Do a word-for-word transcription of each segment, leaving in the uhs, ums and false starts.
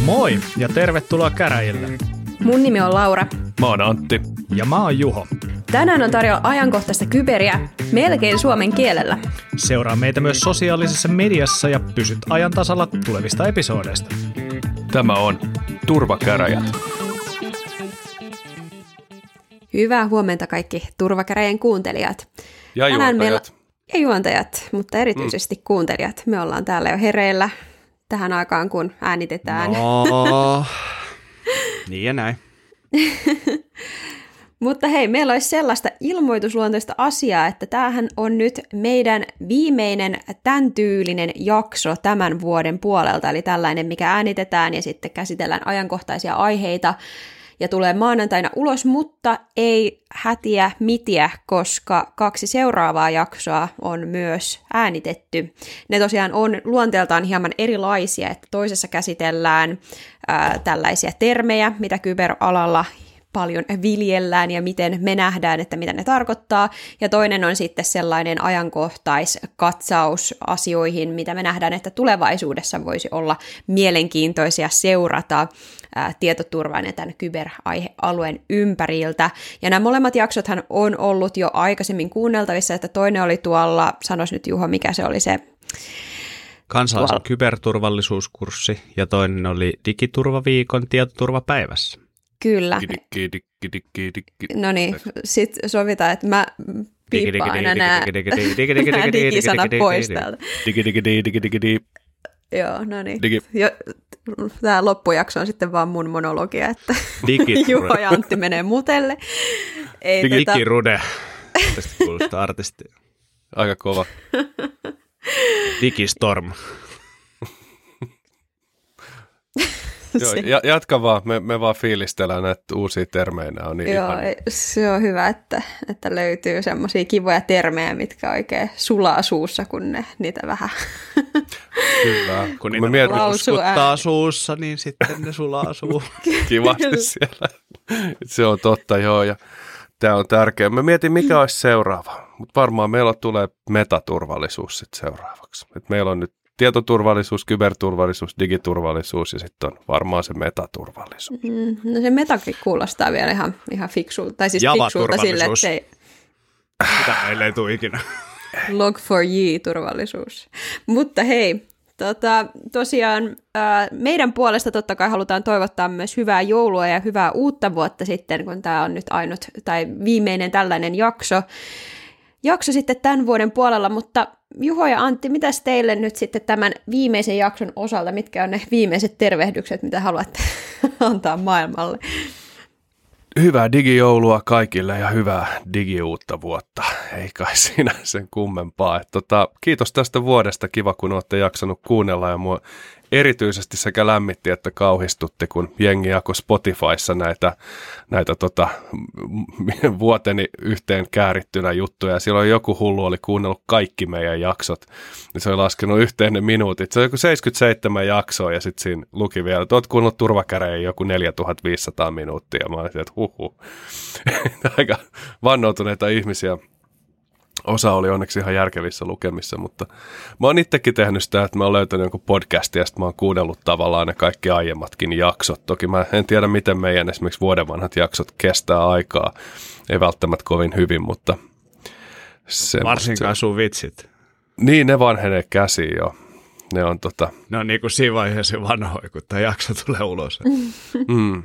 Moi ja tervetuloa käräjille. Mun nimi on Laura. Mä oon Antti. Ja mä oon Juho. Tänään on tarjolla ajankohtaista kyberiä melkein suomen kielellä. Seuraa meitä myös sosiaalisessa mediassa ja pysyt ajan tasalla tulevista episoodeista. Tämä on Turvakäräjät. Hyvää huomenta kaikki Turvakäräjien kuuntelijat. Ja Tänään juontajat. Meillä... Ja juontajat, mutta erityisesti mm. kuuntelijat. Me ollaan täällä jo hereillä tähän aikaan, kun äänitetään. No, niin ja näin. Mutta hei, meillä olisi sellaista ilmoitusluontoista asiaa, että tämähän on nyt meidän viimeinen tämän tyylinen jakso tämän vuoden puolelta, eli tällainen, mikä äänitetään ja sitten käsitellään ajankohtaisia aiheita ja tulee maanantaina ulos, mutta ei hätiä mitiä, koska kaksi seuraavaa jaksoa on myös äänitetty. Ne tosiaan on luonteeltaan hieman erilaisia, että toisessa käsitellään ää, tällaisia termejä, mitä kyberalalla paljon viljellään ja miten me nähdään, että mitä ne tarkoittaa. Ja toinen on sitten sellainen ajankohtaiskatsaus asioihin, mitä me nähdään, että tulevaisuudessa voisi olla mielenkiintoisia seurata ää, tietoturvan ja tämän kyberaihealueen ympäriltä. Ja nämä molemmat jaksothan on ollut jo aikaisemmin kuunneltavissa, että toinen oli tuolla, sanois nyt Juho, mikä se oli se... Kansallisen tuolla... kyberturvallisuuskurssi ja toinen oli digiturvaviikon tietoturvapäivässä. Kyllä. Dikki, dikki, dikki, dikki. No niin, sitten sovitaan, että mä piippaan aina nämä digisanat pois täältä. Digi, digi, digi, digi, digi, digi. Joo, no niin. Digi. Tämä loppujakso on sitten vaan mun monologia, että Juho ja Antti menee mutelle. Ei Digi, tätä... Digirude. Tästä kuulostaa artistia. Aika kova. Digistorm. Joo, jatka vaan, me, me vaan fiilistellään näitä uusia termejä. On niin Joo, ihan... se on hyvä, että, että löytyy semmoisia kivoja termejä, mitkä oikein sulaa suussa, kun ne niitä vähän... Kyllä, kun, kun niitä mietin... uskuttaa suussa, niin sitten ne sulaa suu. Kivasti siellä. Se on totta, joo, ja tämä on tärkeää. Mä mietin, mikä olisi seuraava, mutta varmaan meillä tulee metaturvallisuus sitten seuraavaksi. Et meillä on nyt tietoturvallisuus, kyberturvallisuus, digiturvallisuus ja sitten on varmaan se metaturvallisuus. Mm, no se metakin kuulostaa vielä ihan, ihan fiksulta. Tai siis fiksulta sille, että se ei... Sitä meille ei tule ikinä. log four j turvallisuus. Mutta hei, tota, tosiaan ää, meidän puolesta totta kai halutaan toivottaa myös hyvää joulua ja hyvää uutta vuotta sitten, kun tämä on nyt ainut tai viimeinen tällainen jakso. Jakso sitten tämän vuoden puolella, mutta Juho ja Antti, mitäs teille nyt sitten tämän viimeisen jakson osalta, mitkä on ne viimeiset tervehdykset, mitä haluatte antaa maailmalle? Hyvää digijoulua kaikille ja hyvää digiuutta vuotta. Ei kai siinä sen kummempaa. Et tota, kiitos tästä vuodesta, kiva kun olette jaksanut kuunnella ja mua erityisesti sekä lämmitti että kauhistutti, kun jengi jakoi Spotifyssa näitä, näitä tota, vuoteni yhteen käärittynä juttuja. Ja silloin joku hullu oli kuunnellut kaikki meidän jaksot. Ja se oli laskenut yhteen ne minuutit. Se oli joku seitsemänkymmentäseitsemän jaksoa ja sitten siinä luki vielä, että olet kuunnellut Turvakäräjiä joku neljätuhattaviisisataa minuuttia. Mä olin, että huhu. Aika vannoutuneita ihmisiä. Osa oli onneksi ihan järkevissä lukemissa, mutta mä oon itsekin tehnyt sitä, että mä oon löytänyt jonkun podcastin ja sitten mä oon kuunnellut tavallaan ne kaikki aiemmatkin jaksot. Toki mä en tiedä, miten meidän esimerkiksi vuoden vanhat jaksot kestää aikaa. Ei välttämättä kovin hyvin, mutta... Varsinkaan sun vitsit. Niin, ne vanhenee käsiin jo. Ne on tota... Ne on niin kuin siinä vaiheessa vanhoja, kun tämä jakso tulee ulos. mm.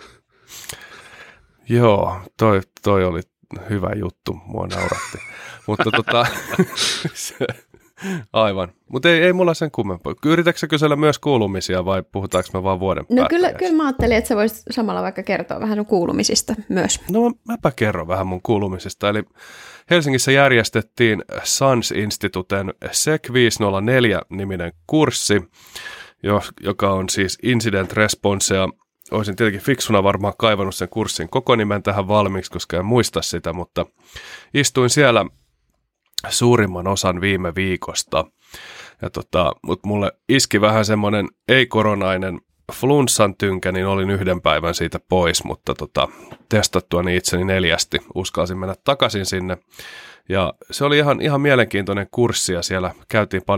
Joo, toi, toi oli hyvä juttu, mua nauratti. Mutta tota, se, aivan. Mutta ei, ei mulla sen kummempaa. Yritätkö sä kysellä myös kuulumisia vai puhutaanko me vaan vuoden No kyllä, kyllä mä ajattelin, että sä voisit samalla vaikka kertoa vähän sun kuulumisista myös. No mäpä kerron vähän mun kuulumisista. Eli Helsingissä järjestettiin S A N S-instituten S E C viisisataaneljä-niminen kurssi, joka on siis Incident Response, ja olisin tietenkin fiksuna varmaan kaivannut sen kurssin koko nimen tähän valmiiksi, koska en muista sitä, mutta istuin siellä suurimman osan viime viikosta. Ja tota, mutta mulle iski vähän semmoinen ei-koronainen flunssan tynkä, niin olin yhden päivän siitä pois, mutta tota, testattuani itseni neljästi uskalsin mennä takaisin sinne. Ja se oli ihan, ihan mielenkiintoinen kurssi ja siellä käytiin paljon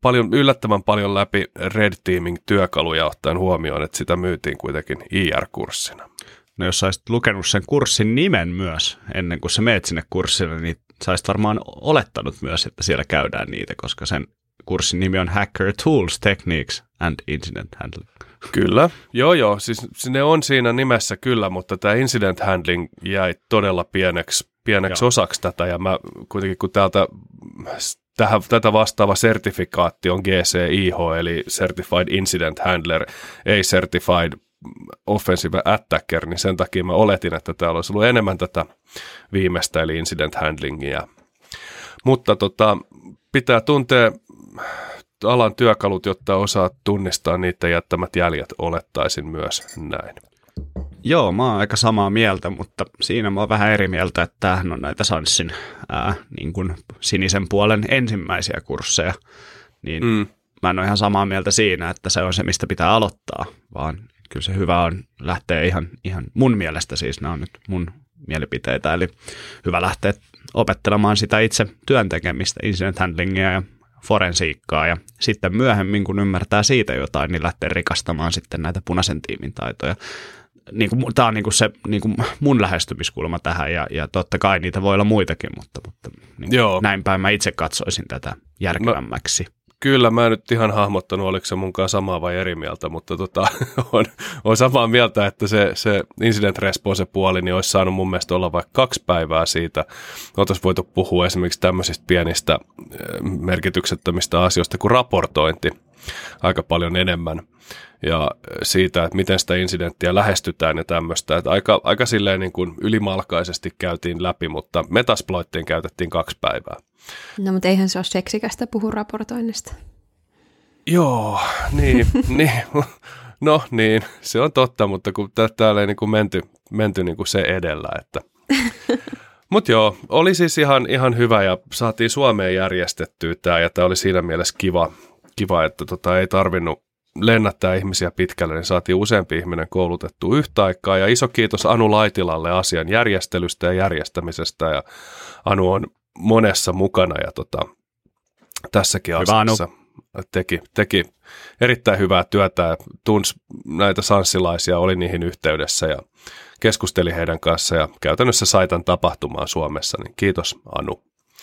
paljon, yllättävän paljon läpi Red Teaming työkaluja ottaen huomioon, että sitä myytiin kuitenkin I R-kurssina. No jos saisit lukenut sen kurssin nimen myös ennen kuin sä meet sinne kurssille, niin saisit varmaan olettanut myös, että siellä käydään niitä, koska sen kurssin nimi on Hacker Tools, Techniques and Incident Handling. Kyllä, joo joo, siis ne on siinä nimessä kyllä, mutta tämä incident handling jäi todella pieneksi, pieneksi osaksi tätä, ja mä kuitenkin kun täältä tähän, tätä vastaava sertifikaatti on G C I H, eli Certified Incident Handler, ei Certified Offensive Attacker, niin sen takia mä oletin, että täällä olisi ollut enemmän tätä viimeistä, eli incident handlingia. Mutta tota, pitää tuntea alan työkalut, jotta osaa tunnistaa niiden jättämät jäljet, olettaisin myös näin. Joo, mä oon aika samaa mieltä, mutta siinä mä oon vähän eri mieltä, että tämähän on näitä Sanssin ää, niin kuin sinisen puolen ensimmäisiä kursseja, niin mm. mä en ole ihan samaa mieltä siinä, että se on se, mistä pitää aloittaa, vaan kyllä se hyvä on lähteä ihan, ihan mun mielestä, siis nämä on nyt mun mielipiteitä, eli hyvä lähteä opettelemaan sitä itse työntekemistä, incident handlingia ja forensiikkaa, ja sitten myöhemmin, kun ymmärtää siitä jotain, niin lähtee rikastamaan sitten näitä punaisen tiimin taitoja. Niin kuin, tämä on niin kuin se niin kuin mun lähestymiskulma tähän, ja, ja totta kai niitä voi olla muitakin, mutta, mutta niin näin päin mä itse katsoisin tätä järkevämmäksi. Mä, kyllä, mä en nyt ihan hahmottanut, oliko se munkaan samaa vai eri mieltä, mutta tota, on, on samaa mieltä, että se, se incident response puoli niin olisi saanut mun mielestä olla vaikka kaksi päivää siitä. Oltaisiin voitu puhua esimerkiksi tämmöisistä pienistä merkityksettömistä asioista kuin raportointi aika paljon enemmän. Ja siitä, että miten sitä incidenttiä lähestytään ja tämmöistä. Että aika, aika silleen niin kuin ylimalkaisesti käytiin läpi, mutta Metasploittiin käytettiin kaksi päivää. No, mutta eihän se ole seksikästä puhua raportoinnista. Joo, niin, niin. No niin, se on totta, mutta kun täällä ei niin kuin menty, menty niin kuin se edellä. Että. Mutta joo, oli siis ihan, ihan hyvä ja saatiin Suomeen järjestettyä tämä ja tämä oli siinä mielessä kiva, kiva että tota, ei tarvinnut lennättää ihmisiä pitkälle, niin saatiin useampi ihminen koulutettua yhtä aikaa. Ja iso kiitos Anu Laitilalle asian järjestelystä ja järjestämisestä. Ja Anu on monessa mukana ja tota, tässäkin Hyvä, asiassa teki, teki erittäin hyvää työtä ja tunsi näitä sanssilaisia, oli niihin yhteydessä ja keskusteli heidän kanssa ja käytännössä sai tämän tapahtumaan Suomessa. Niin kiitos Anu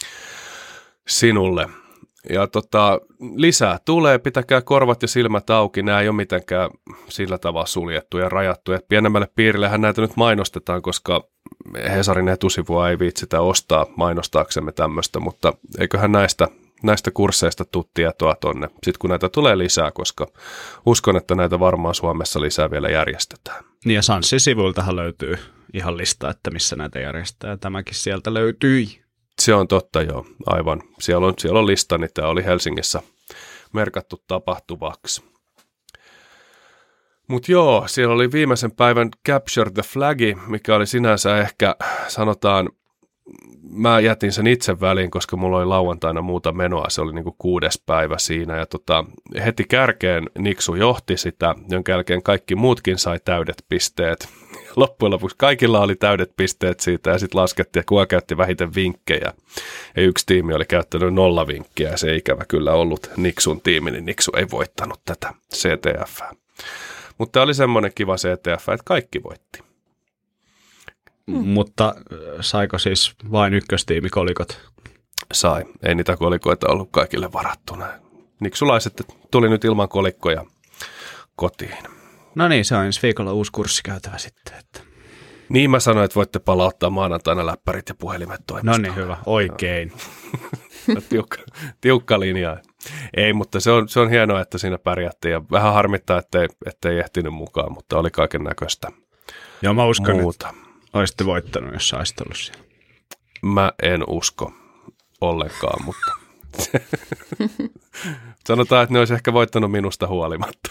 sinulle. Ja tota, lisää tulee, pitäkää korvat ja silmät auki, nämä ei ole mitenkään sillä tavalla suljettu ja rajattu. Et pienemmälle piirillehän näitä nyt mainostetaan, koska Hesarin etusivua ei viitsitä ostaa mainostaaksemme tämmöistä, mutta eiköhän näistä, näistä kursseista tule tietoa tonne, sitten kun näitä tulee lisää, koska uskon, että näitä varmaan Suomessa lisää vielä järjestetään. Niin ja Sanssin sivuiltahan löytyy ihan lista, että missä näitä järjestetään, tämäkin sieltä löytyi. Se on totta, joo, aivan. Siellä on, siellä on lista, niin tämä oli Helsingissä merkattu tapahtuvaksi. Mutta joo, siellä oli viimeisen päivän Capture the Flagi, mikä oli sinänsä ehkä, sanotaan, mä jätin sen itse väliin, koska mulla oli lauantaina muuta menoa, se oli niinku kuudes päivä siinä. Ja tota, heti kärkeen Niksu johti sitä, jonka jälkeen kaikki muutkin sai täydet pisteet. Loppujen lopuksi kaikilla oli täydet pisteet siitä ja sitten laskettiin, että kuka käytti vähiten vinkkejä. Ja yksi tiimi oli käyttänyt nolla vinkkiä ja se ei ikävä kyllä ollut Niksun tiimi, niin Niksu ei voittanut tätä C T F:ää. Mutta tämä oli semmoinen kiva C T F, että kaikki voitti. Mm. Mutta saiko siis vain ykköstiimi kolikot? Sai. Ei niitä kolikoita ollut kaikille varattuna. Niksulaiset tuli nyt ilman kolikkoja kotiin. No niin, se on ensi viikolla uusi kurssi käytävä sitten. Että. Niin mä sanoin, että voitte palauttaa maanantaina läppärit ja puhelimet toimistoon. No niin, hyvä. Oikein. tiukka, tiukka linja. Ei, mutta se on, se on hienoa, että siinä pärjättiin. Ja vähän harmittaa, ettei, ettei ehtinyt mukaan, mutta oli kaiken näköistä. Joo, mä uskon, muuta. Että olisitte voittanut, jos olisit ollut siellä. Mä en usko ollenkaan, mutta sanotaan, että ne olisi ehkä voittanut minusta huolimatta.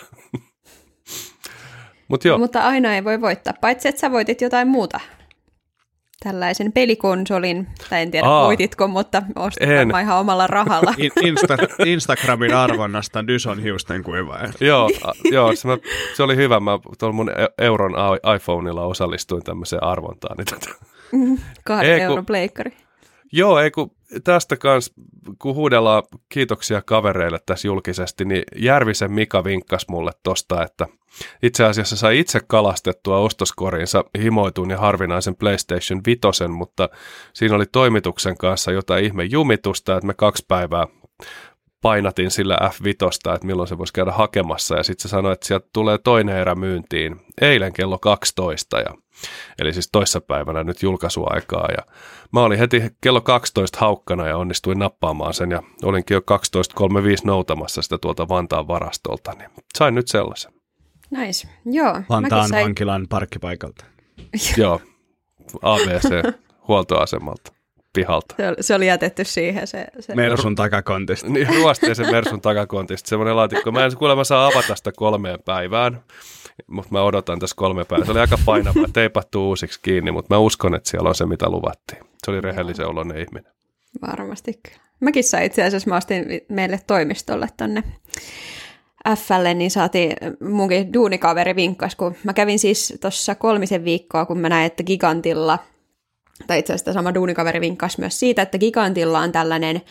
Mut joo. Mutta aina ei voi voittaa, paitsi että sä voitit jotain muuta. Tällaisen pelikonsolin, tai en tiedä Aa, voititko, mutta ostit varmaan ihan omalla rahalla. Insta- Instagramin arvonnasta Dyson hiusten kuivaaja. joo, a, joo se, mä, se oli hyvä. Mä tuolla mun euron iPhoneilla osallistuin tämmöiseen arvontaan. Niin tota. Kahden euron pleikkari. Joo, ei kun tästä kanssa, kun huudellaan kiitoksia kavereille tässä julkisesti, niin Järvisen Mika vinkkasi mulle tosta, että itse asiassa sai itse kalastettua ostoskoriinsa himoitun ja harvinaisen PlayStation viisi, mutta siinä oli toimituksen kanssa jotain ihme jumitusta, että me kaksi päivää painatin sillä F viisi, että milloin se voisi käydä hakemassa, ja sitten se sanoi, että sieltä tulee toinen erä myyntiin eilen kello kaksitoista, ja, eli siis toissapäivänä nyt julkaisuaikaa, ja mä olin heti kello kaksitoista haukkana ja onnistuin nappaamaan sen, ja olinkin jo kaksitoista kolmekymmentäviisi noutamassa sitä tuolta Vantaan varastolta, niin sain nyt sellaisen. Nice, joo. Vantaan sain... vankilan parkkipaikalta. Joo, A B C-huoltoasemalta. Pihalta. Se oli, se oli jätetty siihen. Se, se... Mersun takakontista. Niin, ruosteisen Mersun takakontista. Semmoinen laatikko. Mä en kuulemma saa avata sitä kolmeen päivään, mutta mä odotan tässä kolme päivää. Se oli aika painava, teipattu uusiksi kiinni, mutta mä uskon, että siellä on se, mitä luvattiin. Se oli rehellisen oloinen ihminen. Varmasti kyllä. Mäkin sain itse asiassa, mä ostin meille toimistolle tonne F:lle, niin saatiin munkin duunikaveri vinkkas, kun mä kävin siis tuossa kolmisen viikkoa, kun mä näin, että Gigantilla, tai itse asiassa sama duunikaveri vinkkasi myös siitä, että Gigantilla on tällainen,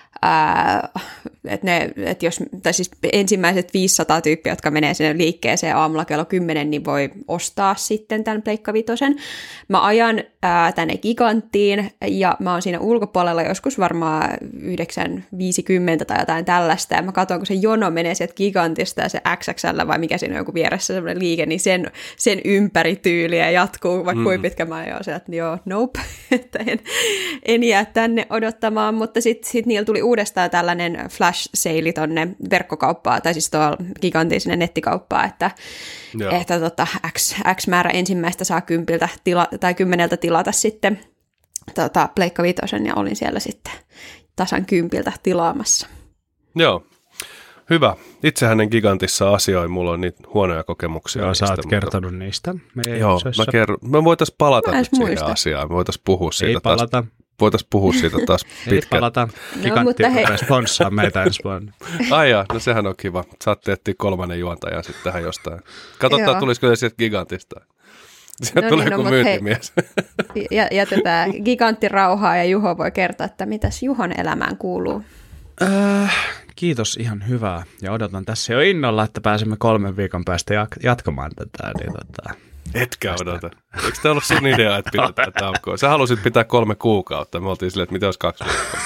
että ne, että jos, tai siis ensimmäiset viisisataa tyyppiä, jotka menee sinne liikkeeseen aamulla kello kymmenen, niin voi ostaa sitten tämän Pleikka Vitosen. Mä ajan ää, tänne Giganttiin, ja mä oon siinä ulkopuolella joskus varmaan yhdeksän viisikymmentä tai jotain tällaista, ja mä katson, kun se jono menee sieltä Gigantista, ja se X X L, vai mikä siinä on joku vieressä semmoinen liike, niin sen, sen ympäri tyyliä jatkuu, vaikka mm. kuin pitkä mä ajoin sieltä, niin joo, nope, että en, en jää tänne odottamaan, mutta sitten sit niillä tuli uudestaan tällainen flash sale tonne verkkokauppaan, tai siis tuolla Gigantin sinne nettikauppaan, että, että tota, X, X määrä ensimmäistä saa kympiltä tila, tai kymmeneltä tilata sitten tota, Pleikka Vitosen, ja olin siellä sitten tasan kympiltä tilaamassa. Joo, hyvä. Itse hänen Gigantissa asioin, mulla on niitä huonoja kokemuksia. Joo, niistä, sä oot mutta... kertonut niistä. Joo, mä, kerron. mä voitaisiin palata mä nyt siihen muista. asiaan, me voitaisiin puhua siitä Ei taas. palata. Voitaisiin puhua siitä taas pitkään. Ei palata. Gigantti no, he... sponssaa meitä ensi vuonna. Ai jaa, no sehän on kiva. Saatte etsiä kolmannen juontajan sitten tähän jostain. Katsotaan, tulisiko se sieltä Gigantista. Sieltä no tulee niin, joku no, myyntimies. Hei, jätetään Gigantti rauhaa, ja Juho voi kertoa, että mitäs Juhon elämään kuuluu. Äh, kiitos, ihan hyvää. Ja odotan tässä jo innolla, että pääsemme kolmen viikon päästä jat- jatkamaan tätä. Niin, tota... Etkä odota. Eikö tämä ollut sun idea, että pidetään taukoa? Sä halusit pitää kolme kuukautta. Me oltiin silleen, että mitä olisi kaksi viikkoa?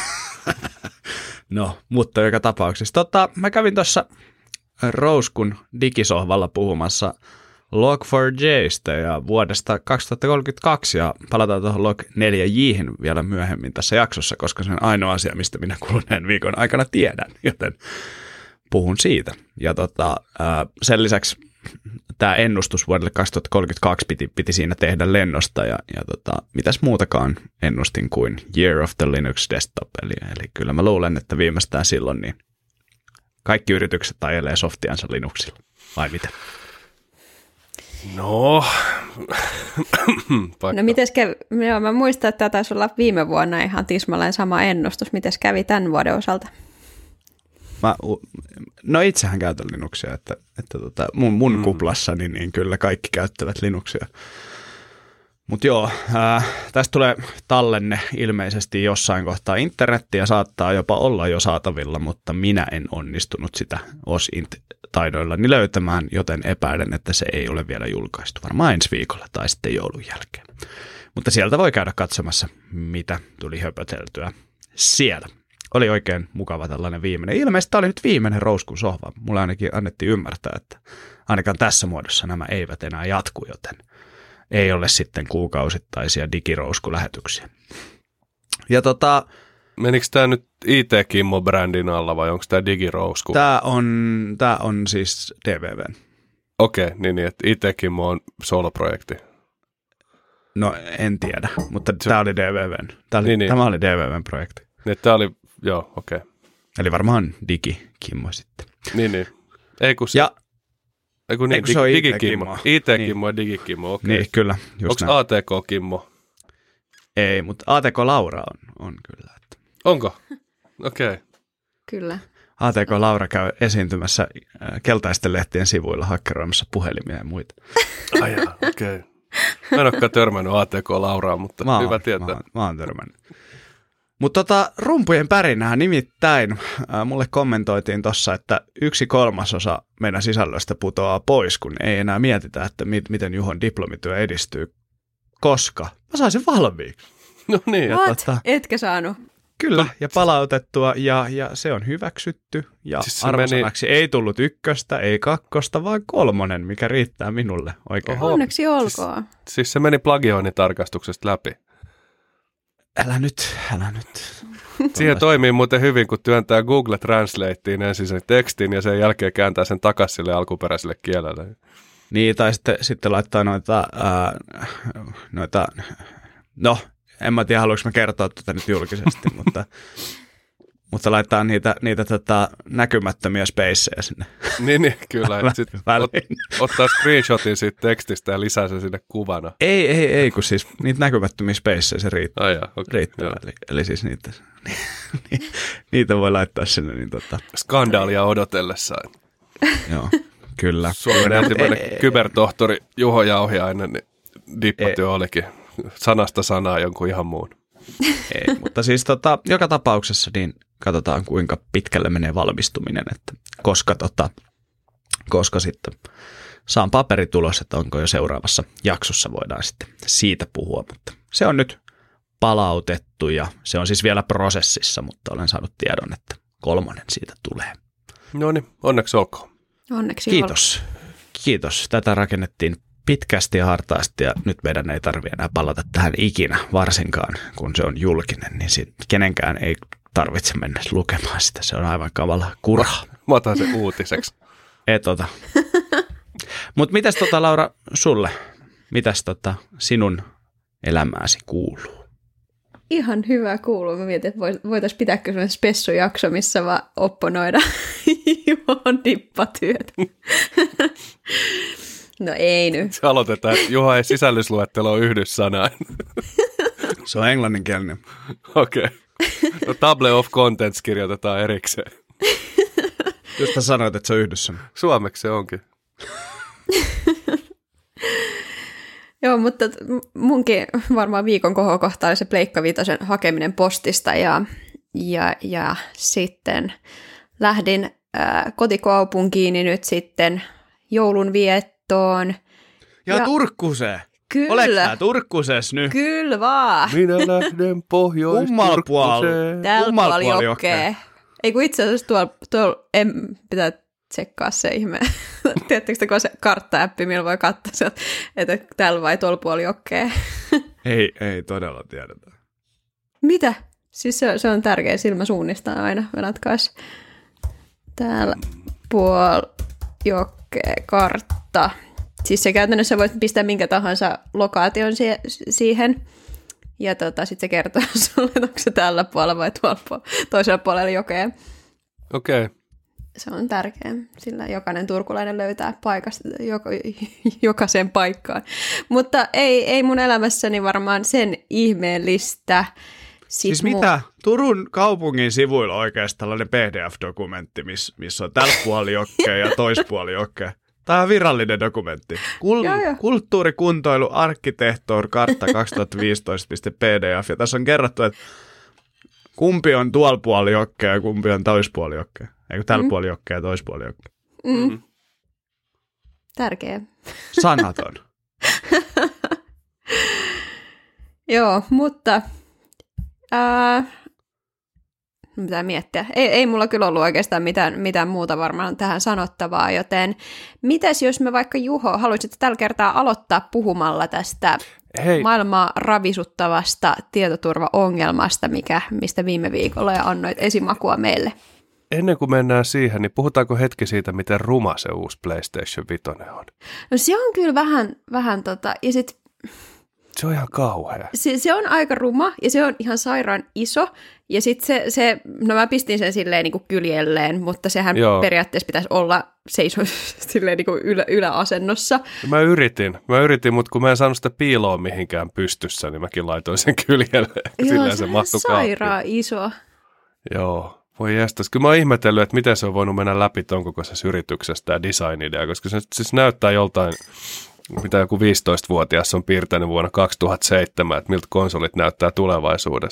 No, mutta joka tapauksessa. Tota, mä kävin tuossa Rouskun digisohvalla puhumassa log four j:stä ja vuodesta kaksituhattakolmekymmentäkaksi, ja palataan tuohon log neljä j:hen vielä myöhemmin tässä jaksossa, koska se on ainoa asia, mistä minä kuluneen viikon aikana tiedän, joten puhun siitä. Ja tota, sen lisäksi tämä ennustus vuodelle kaksituhattakolmekymmentäkaksi piti, piti siinä tehdä lennosta, ja, ja tota, mitäs muutakaan ennustin kuin Year of the Linux Desktop, eli, eli kyllä mä luulen, että viimeistään silloin niin kaikki yritykset ajelee softiansa Linuxilla, vai mitä? No, no mites kävi? Joo, mä muistan, että tämä taisi olla viime vuonna ihan tismalleen sama ennustus. Mites kävi tämän vuoden osalta? Mä, no itsehän käytän Linuxia, että, että tota, mun, mun mm. kuplassani niin kyllä kaikki käyttävät Linuxia. Mutta joo, ää, tästä tulee tallenne ilmeisesti jossain kohtaa internettiä, saattaa jopa olla jo saatavilla, mutta minä en onnistunut sitä O S I N-taidoillani löytämään, joten epäilen, että se ei ole vielä julkaistu. Varmaan ensi viikolla tai sitten joulun jälkeen. Mutta sieltä voi käydä katsomassa, mitä tuli höpöteltyä siellä. Oli oikein mukava tällainen viimeinen. Ilmeisesti tämä oli nyt viimeinen Rouskun sohva. Mulle ainakin annettiin ymmärtää, että ainakaan tässä muodossa nämä eivät enää jatku, joten ei ole sitten kuukausittaisia digirouskulähetyksiä. Ja tota... Menikö tämä nyt I T-Kimmo-brändin alla vai onko tämä digirousku? Tämä on, tämä on siis D V V. Okei, okay, niin, niin että I T-Kimmo on soloprojekti. No en tiedä, mutta Se... tämä oli D V V. Tämä oli, niin, niin. Tämä oli D V V:n projekti. Niin, tämä oli, joo, okei. Okay. Eli varmaan digi-Kimmo sitten. Niin, niin. Ei kun se... Ja... Eiku niin, Eiku se on digikimmo. I T-Kimmo ja digikimmo, okei. Niin, kyllä. Onko A T K-Kimmo? Ei, mutta A T K Laura on, on kyllä. Että. Onko? Okei. Okay. Kyllä. A T K Laura käy esiintymässä keltaisten lehtien sivuilla hakkeroimassa puhelimia ja muita. Ai jaa, okei. Okay. Mä en olekaan törmännyt A T K Lauraa, mutta mä hyvä oon, tietää. Mä oon, mä oon törmännyt. Mutta tota, rumpujen pärinää nimittäin äh, mulle kommentoitiin tossa, että yksi kolmasosa meidän sisällöstä putoaa pois, kun ei enää mietitä, että mit, miten Juhon diplomityö edistyy, koska mä sain sen valmiiksi. No niin. What? Tota, etkä saanut? Kyllä, ja palautettua, ja, ja se on hyväksytty, ja siis arvosanaksi meni... ei tullut ykköstä, ei kakkosta, vaan kolmonen, mikä riittää minulle oikein. Oho. Onneksi olkoon. Siis, siis se meni plagioinnitarkastuksesta läpi. Älä nyt, älä nyt. Siihen toimii muuten hyvin, kun työntää Google Translateen ensin sen tekstin ja sen jälkeen kääntää sen takaisin sille alkuperäiselle kielelle. Niin, tai sitten, sitten laittaa noita, ää, noita, no, en mä tiedä, haluanko mä kertoa tätä nyt julkisesti, mutta, mutta laittaa niitä, niitä tätä näkymättömiä spacejä sinne. Niin, niin kyllä. Sitten ot, ottaa screenshotin siitä tekstistä ja lisää sen sinne kuvana. Ei, ei, ei, kun siis niitä näkymättömiä spacejä se riittää. Ai jaa, okay, riittää. Eli, eli siis niitä, niitä voi laittaa sinne. Niin tota. Skandaalia odotellessaan. Joo, kyllä. Suomen ensimmäinen kybertohtori Juho Jauhiainen, niin dippatyö olikin sanasta sanaa jonkun ihan muun. Ei, mutta siis tota, joka tapauksessa niin katsotaan, kuinka pitkälle menee valmistuminen, että koska, tota, koska sitten saan paperitulos, että onko jo seuraavassa jaksossa voidaan sitten siitä puhua, mutta se on nyt palautettu ja se on siis vielä prosessissa, mutta olen saanut tiedon, että kolmonen siitä tulee. No niin, onneksi olkoon. Onneksi Kiitos. olkoon. Kiitos. Tätä rakennettiin pitkästi ja hartaasti ja nyt meidän ei tarvitse enää palata tähän ikinä, varsinkaan kun se on julkinen, niin sit kenenkään ei tarvitse mennä lukemaan sitä. Se on aivan kamala kurha. Mä otan sen uutiseksi. Et ota. Mutta mitäs tota Laura sulle, mitäs tota sinun elämääsi kuuluu? Ihan hyvä kuuluu. Mä mietin, että voitaisiin pitääkö sellainen spessujakso, missä vaan opponoida Juhon dippatyötä. No ei nyt. Se aloitetaan, että Juha ei sisällysluetteloon yhdy sanaan. Se on englanninkielinen. Okei. Okay. No Table of Contents kirjoitetaan erikseen. Just sä sanoit, että se on yhdessä. Suomeksi se onkin. Joo, mutta munkin varmaan viikon kohokohta oli se Pleikka Viitosen hakeminen postista ja, ja, ja sitten lähdin äh, kotikaupunkiini nyt sitten joulun viettoon. Ja, ja Turkkuseen. Kyllä. Oletko sä Turkkuses nyt? Kyllä vaan. Minä lähden Pohjois-Turkkuseen. Täällä puoli jokkee. Ei kun itse asiassa tuolla, tuolla en pitää tsekkaa se ihme. Tiedättekö kun se kartta-äppi, millä voi katsoa, että täällä vai tuolla puoli jokkee. Ei, ei todella tiedetä. Mitä? Siis se, se on tärkeä silmä suunnistaa aina. Venatkaas täällä puoli jokkee kartta. Siis se käytännössä voit pistää minkä tahansa lokaation sie- siihen. Ja tota, sitten se kertoo sulle, että onko se tällä puolella vai tuolla puolella, toisella puolella jokea. Okei. Okay. Se on tärkeä, sillä jokainen turkulainen löytää paikasta, joka, jokaisen paikkaan. Mutta ei, ei mun elämässäni varmaan sen ihmeellistä. Sitten siis mitä? Mu- Turun kaupungin sivuilla oikeasti tällainen P D F-dokumentti, missä miss on tällä puoli jokkea ja toispuoli jokkea. Tämä on virallinen dokumentti. Kul- joo, joo. Kulttuuri, kuntoilu, arkkitehtuur, kartta kaksituhattaviisitoista piste p d f. Ja tässä on kerrottu, että kumpi on tuolla puoli jokkea ja kumpi on toispuoli jokkea. Eikö tällä mm. puoli jokkea ja toispuoli jokkea. Mm. Mm. Tärkeä. Sanaton. Joo, mutta ää, pitää miettiä. Ei, ei mulla kyllä ollut oikeastaan mitään, mitään muuta varmaan tähän sanottavaa, joten mitäs jos me vaikka Juho, haluaisit tällä kertaa aloittaa puhumalla tästä Hei. maailmaa ravisuttavasta tietoturvaongelmasta, mikä, mistä viime viikolla ja annoit esimakua meille? Ennen kuin mennään siihen, niin puhutaanko hetki siitä, miten ruma se uusi PlayStation viisi on? No se on kyllä vähän, vähän tota, ja sit se on ihan kauhea. Se, se on aika ruma ja se on ihan sairaan iso. Ja sitten se, se, no mä pistin sen silleen niin kuin kyljelleen, mutta sehän Joo. periaatteessa pitäisi olla seiso silleen niin kuin ylä, yläasennossa. Mä yritin, mä yritin, mutta kun mä en saanut sitä piiloa mihinkään pystyssä, niin mäkin laitoin sen kyljelleen. Joo, se on sairaan iso. Joo, voi jästäs. Kyllä mä oon ihmetellyt, että miten se on voinut mennä läpi ton kokoisessa yrityksestä ja design-idea, koska se siis näyttää joltain, mitä joku viisitoistavuotias on piirtänyt vuonna kaksituhattaseitsemän, että miltä konsolit näyttää tulevaisuudessa.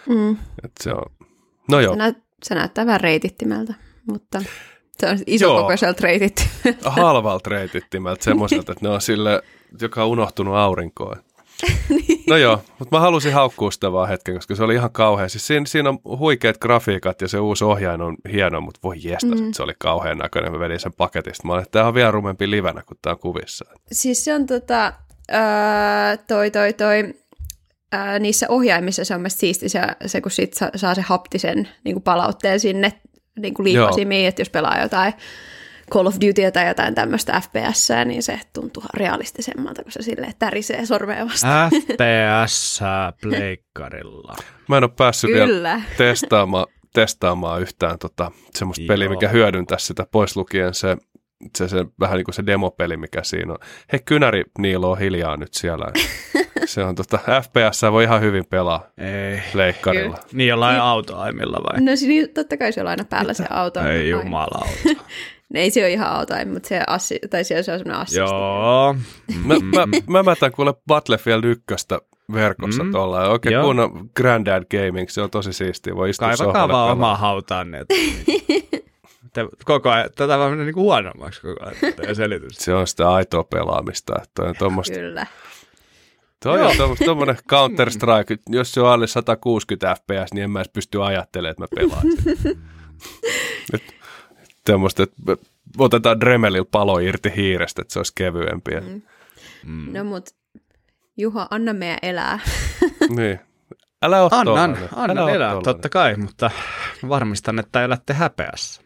Mm. Et se on, no joo. Se, näyt, se näyttää vähän reitittimeltä, mutta se on isokokoiselta reitittimeltä. Halvalta reitittimeltä, semmoiselta, että ne on sille, joka on unohtunut aurinkoon. Niin. No joo, mutta mä halusin haukkua sitä vaan hetken, koska se oli ihan kauhea. Siis siinä, siinä on huikeat grafiikat ja se uusi ohjain on hieno, mutta voi jestas, mm. että se oli kauhean näköinen. Mä vedin sen paketista. Mä olin, että tää on vielä rumempi livenä, kun tää on kuvissa. Siis se on tota, ää, toi toi toi, ää, niissä ohjaimissa se on mielestäni siisti se, se kun sit saa, saa se haptisen niin kuin palautteen sinne niin kuin liipasimiin, että jos pelaa jotain Call of Dutyä tai jotain tämmöistä F P S:ää, niin se tuntuu realistisemmalta, kun se silleen tärisee sormea vastaan. F P S pleikkarilla. Mä en ole päässyt Kyllä. vielä testaamaan, testaamaan yhtään tota, semmoista peliä, mikä hyödyntäisi sitä, pois lukien se, se, se vähän niin kuin se demopeli, mikä siinä on. Hei, kynäri Niilo on hiljaa nyt siellä. Se on tota, F P S voi ihan hyvin pelaa Ei. pleikkarilla. Kyllä. Niin jollain niin, autoaimilla vai? No niin, totta kai se on aina päällä se auto. Ei jumalauta. Ei se ole ihan autoaim, mutta se, assi, tai se on semmoinen assisti. Joo. Mä, mä, mä mätän kuule Battlefield ykköstä verkossa mm. tuolla. Oikein Joo. kunnon Grandad Gaming, se on tosi siistiä. Voi istua sohvalle. Kaivakaa vaan omaa hautaanne. Koko ajan, tätä vaan mennä niin kuin huonommaksi koko ajan, selitys. Se on sitä aitoa pelaamista. Että on tommoista. Kyllä. Toi on tuommoinen Counter-Strike, jos se on alle sata kuusikymmentä F P S, niin en mä edes pysty ajattelemaan, että mä pelaan sen. Tämmöistä, että otetaan Dremelillä palo irti hiirestä, että se olisi kevyempiä. Mm. Mm. No mut Juha, anna meidän elää. Niin. Älä ole Annan, tollainen. annan elää, tollainen. Totta kai, mutta varmistan, että elätte häpeässä.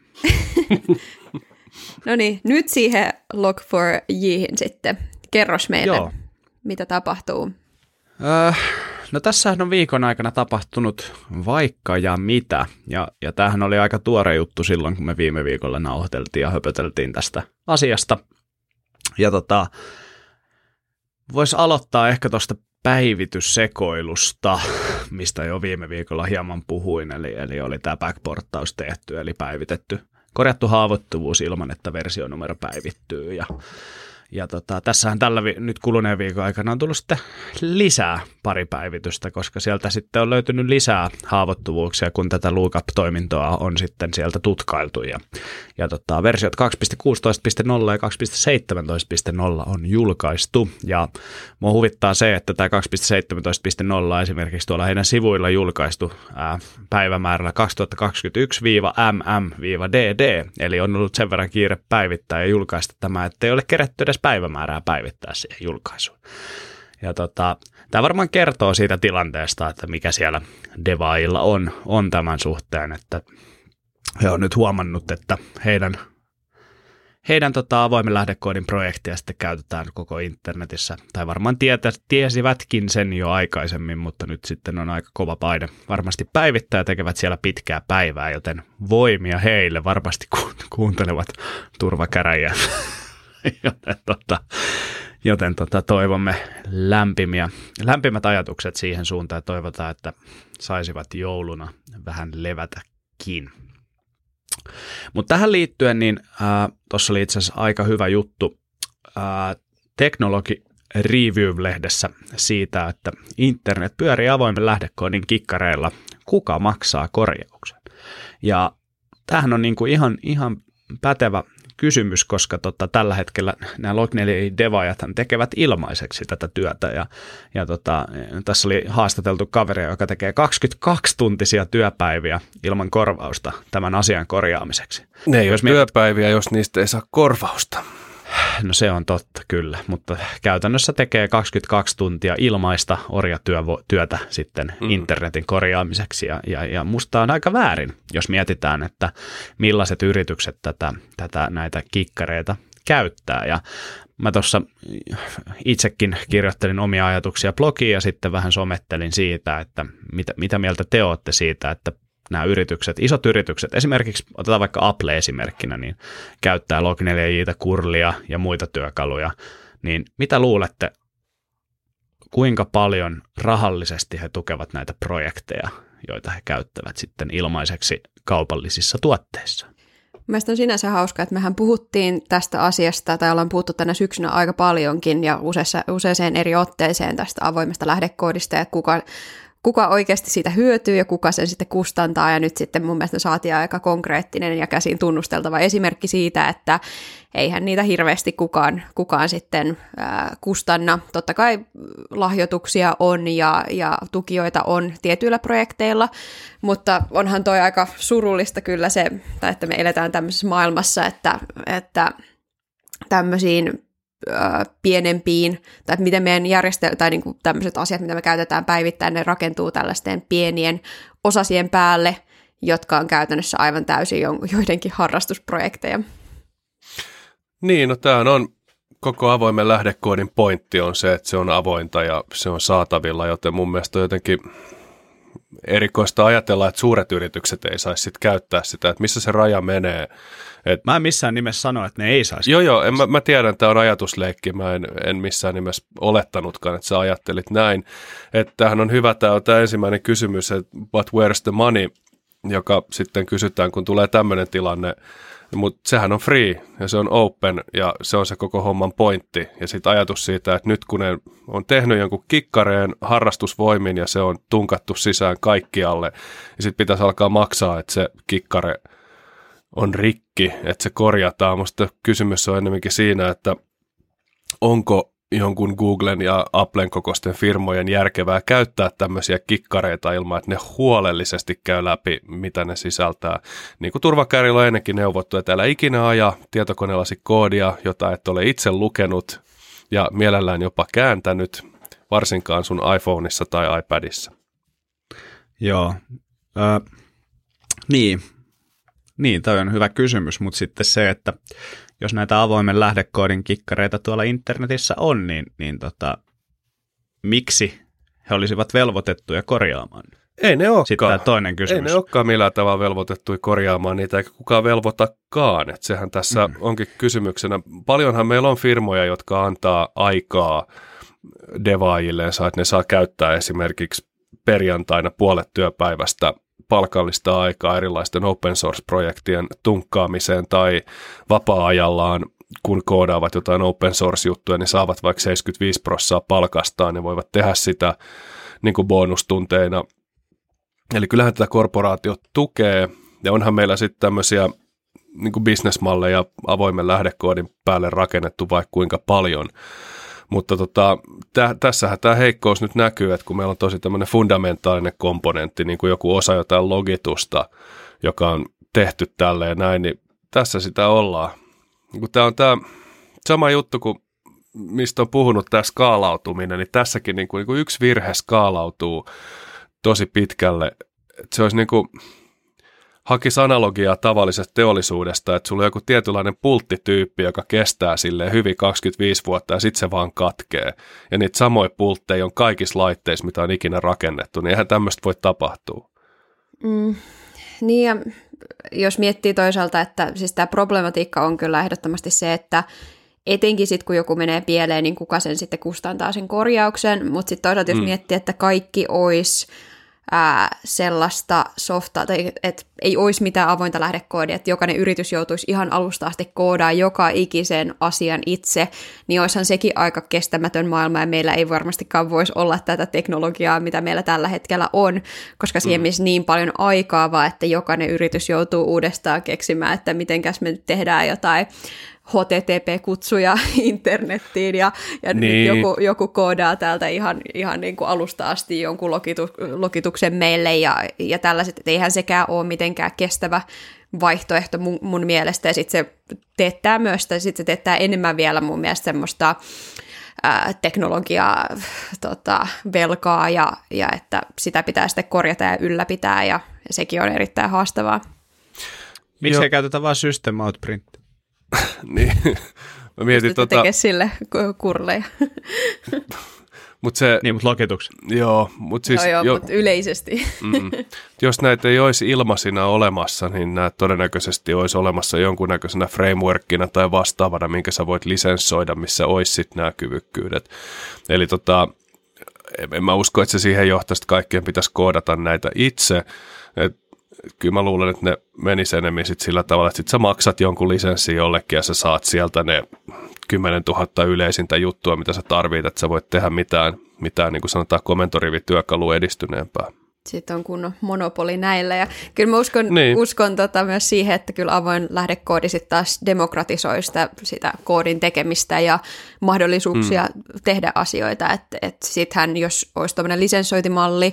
No niin, nyt siihen Log four J:hin sitten. Kerros meille, Joo. mitä tapahtuu. Äh, no tässähän on viikon aikana tapahtunut vaikka ja mitä, ja, ja tämähän oli aika tuore juttu silloin, kun me viime viikolla nauhoiteltiin ja höpöteltiin tästä asiasta. Ja tota, voisi aloittaa ehkä tuosta päivityssekoilusta, mistä jo viime viikolla hieman puhuin, eli, eli oli tämä backporttaus tehty, eli päivitetty, korjattu haavoittuvuus ilman, että versionumero päivittyy, ja Ja tota, tässähän tällä vi- nyt kuluneen viikon aikana on tullut sitten lisää pari päivitystä, koska sieltä sitten on löytynyt lisää haavoittuvuuksia, kun tätä lookup-toimintoa on sitten sieltä tutkailtu. Ja, ja tota, versiot kaksi piste kuusitoista piste nolla ja kaksi piste seitsemäntoista piste nolla on julkaistu. Ja mua huvittaa se, että tämä kaksi piste seitsemäntoista piste nolla esimerkiksi tuolla heidän sivuilla julkaistu ää, päivämäärällä kaksituhattakaksikymmentäyksi M M D D, eli on ollut sen verran kiire päivittää ja julkaista tämä, ettei ole keretty edes päivämäärää päivittää siihen julkaisuun. Ja tota, tämä varmaan kertoo siitä tilanteesta, että mikä siellä devaajilla on, on tämän suhteen, että he on nyt huomannut, että heidän, heidän tota, avoimen lähdekoodin projektia sitten käytetään koko internetissä, tai varmaan tietä, tiesivätkin sen jo aikaisemmin, mutta nyt sitten on aika kova paine varmasti päivittää ja tekevät siellä pitkää päivää, joten voimia heille varmasti ku- kuuntelevat turvakäräjiä. Joten, tota, joten tota, toivomme lämpimiä, lämpimät ajatukset siihen suuntaan ja toivotaan, että saisivat jouluna vähän levätäkin. Mutta tähän liittyen, niin tuossa oli itse asiassa aika hyvä juttu ää, Teknologi Review-lehdessä siitä, että internet pyörii avoimen lähdekoodin kikkareilla, kuka maksaa korjauksen. Ja tämähän on niinku ihan, ihan pätevä kysymys, koska tota, tällä hetkellä nämä log neljä devaajathan tekevät ilmaiseksi tätä työtä, ja, ja tota, tässä oli haastateltu kaveria, joka tekee kaksikymmentäkaksi-tuntisia työpäiviä ilman korvausta tämän asian korjaamiseksi. Ne ei jos ole työpäiviä, jos niistä ei saa korvausta. No se on totta, kyllä, mutta käytännössä tekee kaksikymmentäkaksi tuntia ilmaista orjatyötä sitten mm. internetin korjaamiseksi, ja, ja, ja musta on aika väärin, jos mietitään, että millaiset yritykset tätä, tätä näitä kikkareita käyttää, ja mä tuossa itsekin kirjoittelin omia ajatuksia blogiin ja sitten vähän somettelin siitä, että mitä, mitä mieltä te olette siitä, että nämä yritykset, isot yritykset, esimerkiksi otetaan vaikka Apple esimerkkinä, niin käyttää log neljä J:tä, Curlia ja muita työkaluja, niin mitä luulette, kuinka paljon rahallisesti he tukevat näitä projekteja, joita he käyttävät sitten ilmaiseksi kaupallisissa tuotteissa? Mielestäni on sinänsä hauska, että mehän puhuttiin tästä asiasta, tai ollaan puhuttu tänä syksynä aika paljonkin, ja useassa, useaseen eri otteeseen tästä avoimesta lähdekoodista, ja kuka kuka oikeasti siitä hyötyy ja kuka sen sitten kustantaa, ja nyt sitten mun mielestä saatiin aika konkreettinen ja käsin tunnusteltava esimerkki siitä, että eihän niitä hirveästi kukaan, kukaan sitten ää, kustanna. Totta kai lahjoituksia on ja, ja tukijoita on tietyillä projekteilla, mutta onhan toi aika surullista kyllä se, tai että me eletään tämmöisessä maailmassa, että, että tämmöisiin pienempiin, tai miten meidän järjestelmä, tai niin kuin tämmöiset asiat, mitä me käytetään päivittäin, ne rakentuu tällaisten pienien osasien päälle, jotka on käytännössä aivan täysin joidenkin harrastusprojekteja. Niin, no tämähän on koko avoimen lähdekoodin pointti on se, että se on avointa ja se on saatavilla, joten mun mielestä on jotenkin erikoista ajatella, että suuret yritykset ei saisi sit käyttää sitä, että missä se raja menee. Et, mä en missään nimessä sano, että ne ei saisi. Joo, joo, en, mä, mä tiedän, että tämä on ajatusleikki, mä en, en missään nimessä olettanutkaan, että sä ajattelit näin. Että tämähän on hyvä, tämä on tämä ensimmäinen kysymys, että but where's the money, joka sitten kysytään, kun tulee tämmöinen tilanne, mutta sehän on free ja se on open ja se on se koko homman pointti. Ja sitten ajatus siitä, että nyt kun ne on tehnyt jonkun kikkareen harrastusvoimin ja se on tunkattu sisään kaikkialle, ja sitten pitäisi alkaa maksaa, että se kikkare on rikki, että se korjataan. Musta kysymys on enemmänkin siinä, että onko jonkun Googlen ja Applen kokoisten firmojen järkevää käyttää tämmöisiä kikkareita ilman, että ne huolellisesti käy läpi, mitä ne sisältää. Niin kuin turvakärillä on ennenkin neuvottu, että älä ikinä aja tietokoneellasi koodia, jota et ole itse lukenut ja mielellään jopa kääntänyt, varsinkaan sun iPhoneissa tai iPadissa. Joo, äh, niin. Niin, toi on hyvä kysymys, mutta sitten se, että jos näitä avoimen lähdekoodin kikkareita tuolla internetissä on, niin, niin tota, miksi he olisivat velvoitettuja korjaamaan? Ei ne olekaan. Sitten tämä toinen kysymys. Ei ne olekaan millään tavalla velvoitettuja korjaamaan niitä, eikä kukaan velvoitakaan. Et sehän tässä mm. onkin kysymyksenä. Paljonhan meillä on firmoja, jotka antaa aikaa devaajilleensa, että ne saa käyttää esimerkiksi perjantaina puolet työpäivästä palkallista aikaa erilaisten open source-projektien tunkkaamiseen tai vapaa-ajallaan, kun koodaavat jotain open source-juttuja, niin saavat vaikka seitsemänkymmentäviisi prosenttia palkastaan ja voivat tehdä sitä niin kuin bonustunteina. Eli kyllähän tätä korporaatiot tukee, ja onhan meillä sitten tämmöisiä niin kuin bisnesmalleja avoimen lähdekoodin päälle rakennettu vaikka kuinka paljon. Mutta tota, täh, tässähän tämä heikkous nyt näkyy, että kun meillä on tosi tämmöinen fundamentaalinen komponentti, niin kuin joku osa jotain logitusta, joka on tehty tälleen ja näin, niin tässä sitä ollaan. Tämä on tämä sama juttu, kuin mistä on puhunut tämä skaalautuminen, niin tässäkin niin kuin, niin kuin yksi virhe skaalautuu tosi pitkälle. Että se olisi niin kuin, hakisi analogiaa tavallisesta teollisuudesta, että sulla on joku tietynlainen pulttityyppi, joka kestää silleen hyvin kaksikymmentäviisi vuotta ja sitten se vaan katkee. Ja niitä samoja pultteja on kaikissa laitteissa, mitä on ikinä rakennettu, niin eihän tämmöistä voi tapahtua. Mm, niin ja jos miettii toisaalta, että siis tämä problematiikka on kyllä ehdottomasti se, että etenkin sitten kun joku menee pieleen, niin kuka sen sitten kustantaa sen korjauksen, mutta sitten toisaalta jos mm. miettii, että kaikki olisi Ää, sellaista softaa, tai että ei olisi mitään avointa lähdekoodia, että jokainen yritys joutuisi ihan alusta asti koodaa joka ikisen asian itse, niin olisihan sekin aika kestämätön maailma, ja meillä ei varmastikaan voisi olla tätä teknologiaa, mitä meillä tällä hetkellä on, koska siihen menisi niin paljon aikaa, vaan että jokainen yritys joutuu uudestaan keksimään, että mitenkäs me nyt tehdään jotain H T T P-kutsuja internettiin ja, ja niin. nyt joku, joku koodaa täältä ihan, ihan niin kuin alusta asti jonkun logitu, logituksen meille ja, ja tällaiset, että eihän sekään ole mitenkään kestävä vaihtoehto mun, mun mielestä, ja sitten se teettää myös, tai sitten se teettää enemmän vielä mun mielestä semmoista ää, teknologiaa, tota, velkaa ja, ja että sitä pitää sitten korjata ja ylläpitää ja, ja sekin on erittäin haastavaa. Miksi ei käytetä vaan system out print? Niin, mä mietin tota... tekee sille kurleja. Mut se... Niin, mutta lokituksen. Joo, mutta siis... Joo, joo, jo... mutta yleisesti. Mm-mm. Jos näitä ei olisi ilmaisina olemassa, niin nämä todennäköisesti olisi olemassa jonkunnäköisenä frameworkina tai vastaavana, minkä sä voit lisenssoida, missä olisi sitten nämä kyvykkyydet. Eli tota, en mä usko, että se siihen johtaisi, että kaikkien pitäisi koodata näitä itse. Et kyllä mä luulen, että ne menisi enemmän sit sillä tavalla, että sit sä maksat jonkun lisenssin jollekin ja sä saat sieltä ne kymmenen tuhatta yleisintä juttua, mitä sä tarvit, että sä voit tehdä mitään mitään niin kuin sanotaan komentorivityökalua edistyneempää. Sitten on kunnon monopoli näillä. Ja kyllä mä uskon, niin. uskon tota myös siihen, että kyllä avoin lähdekoodi sitten taas demokratisoi sitä, sitä koodin tekemistä ja mahdollisuuksia mm. tehdä asioita. Että et sittenhän, jos olisi tämmöinen lisenssointimalli,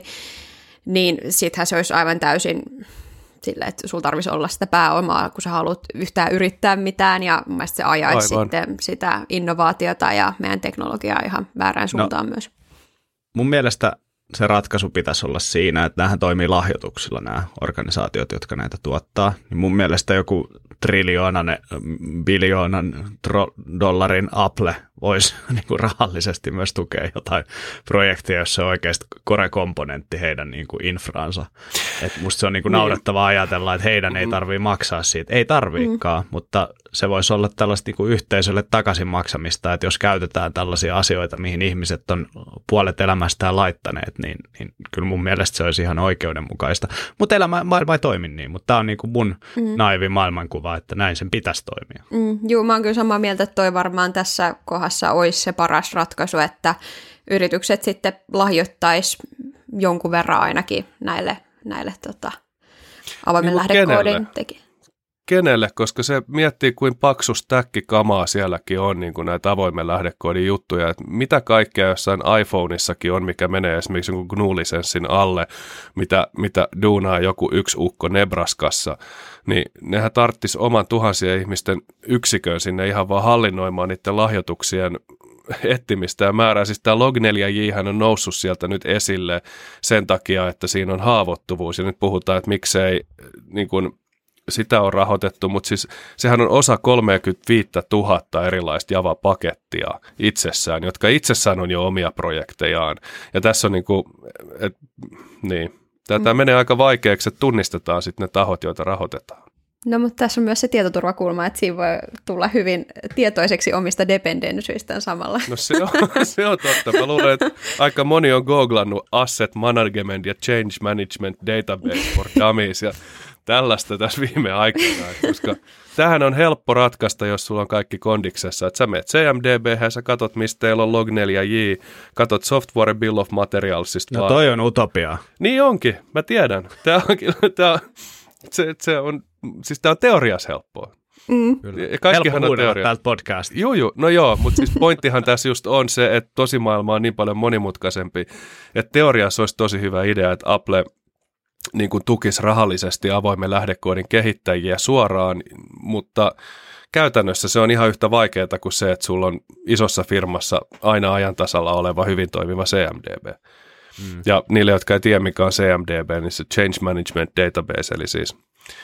niin sittenhän se olisi aivan täysin sillä, että sulla tarvitsisi olla sitä pääomaa, kun sä haluat yhtään yrittää mitään, ja mun mielestä se ajaisi aivan. sitten sitä innovaatiota ja meidän teknologiaa ihan väärään suuntaan no, myös. Mun mielestä se ratkaisu pitäisi olla siinä, että näähän toimii lahjoituksilla nämä organisaatiot, jotka näitä tuottaa. Niin mun mielestä joku triljoonan, biljoonan tro- dollarin Apple voisi niin kuin rahallisesti myös tukea jotain projektia, jos se on oikeasti core-komponentti heidän niin kuin infraansa. Et musta se on niin kuin naurettavaa ajatella, että heidän ei tarvitse maksaa siitä. Ei tarviikaan, mm. mutta se voisi olla tällaista niin kuin yhteisölle takaisin maksamista, että jos käytetään tällaisia asioita, mihin ihmiset on puolet elämästään laittaneet, niin, niin kyllä mun mielestä se olisi ihan oikeudenmukaista. Mutta elämä maailma ei toimi niin, mutta tämä on niin kuin mun mm. naivi maailmankuva, että näin sen pitäisi toimia. Mm, joo, mä oon kyllä samaa mieltä, että toi varmaan tässä kohdassa olisi se paras ratkaisu, että yritykset sitten lahjoittaisi jonkun verran ainakin näille, näille tota, avoimen niin, lähdekoodin tekijille. Kenelle, koska se miettii, kuin paksu stäkki kamaa sielläkin on niin kuin näitä avoimen lähdekoodin juttuja, että mitä kaikkea jossain iPhoneissakin on, mikä menee esimerkiksi jonkun G N U-lisenssin alle, mitä, mitä duunaa joku yksi ukko Nebraskassa, niin nehän tarttisi oman tuhansien ihmisten yksikön sinne ihan vaan hallinnoimaan niiden lahjoituksien etsimistä ja määrää. Siis tämä log neljä j hän on noussut sieltä nyt esille sen takia, että siinä on haavoittuvuus, ja nyt puhutaan, että miksei niin kuin sitä on rahoitettu, mutta siis sehän on osa kolmekymmentäviisituhatta erilaista Java-pakettia itsessään, jotka itsessään on jo omia projektejaan. Ja tässä on niin kuin, et, niin, tämä mm. menee aika vaikeaksi, että tunnistetaan sitten ne tahot, joita rahoitetaan. No, mutta tässä on myös se tietoturvakulma, että siinä voi tulla hyvin tietoiseksi omista dependensyistään samalla. No se on, se on totta. Mä luulen, että aika moni on googlannut Asset Management ja Change Management Database for Dummies ja tällaista tässä viime aikoina, koska tämähän on helppo ratkaista, jos sulla on kaikki kondiksessa, että sä menet C M D B:hän, sä katot, mistä teillä on log neljä j, katot Software Bill of Materialsista. No toi on utopia. Niin onkin, mä tiedän. Tämä on, tämä, se, se on, siis tämä on teoriassa helppoa. Mm. Helppo huudella täältä podcastia. Joo, joo, no joo, mutta siis pointtihan tässä just on se, että tosimaailma on niin paljon monimutkaisempi, että teoriassa olisi tosi hyvä idea, että Apple niin kuin tukisi rahallisesti avoimen lähdekoodin kehittäjiä suoraan, mutta käytännössä se on ihan yhtä vaikeaa kuin se, että sulla on isossa firmassa aina ajan tasalla oleva hyvin toimiva C M D B. Mm. Ja niille, jotka ei tiedä, mikä on C M D B, niin se Change Management Database, eli siis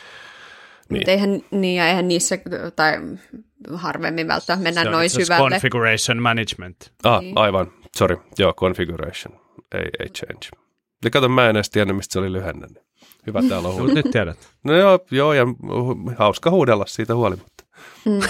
niin. Eihän, niin, ja eihän niissä, tai harvemmin välttämättä mennä noin syvälle. Configuration management. Ah, niin. Aivan, sorry, joo, configuration, ei, ei change. Ja kato, mä en edes tiennyt, mistä se oli lyhenne. Hyvä täällä on huudella. Nyt tiedät. No joo, joo, ja hauska huudella siitä huolimatta. Mm.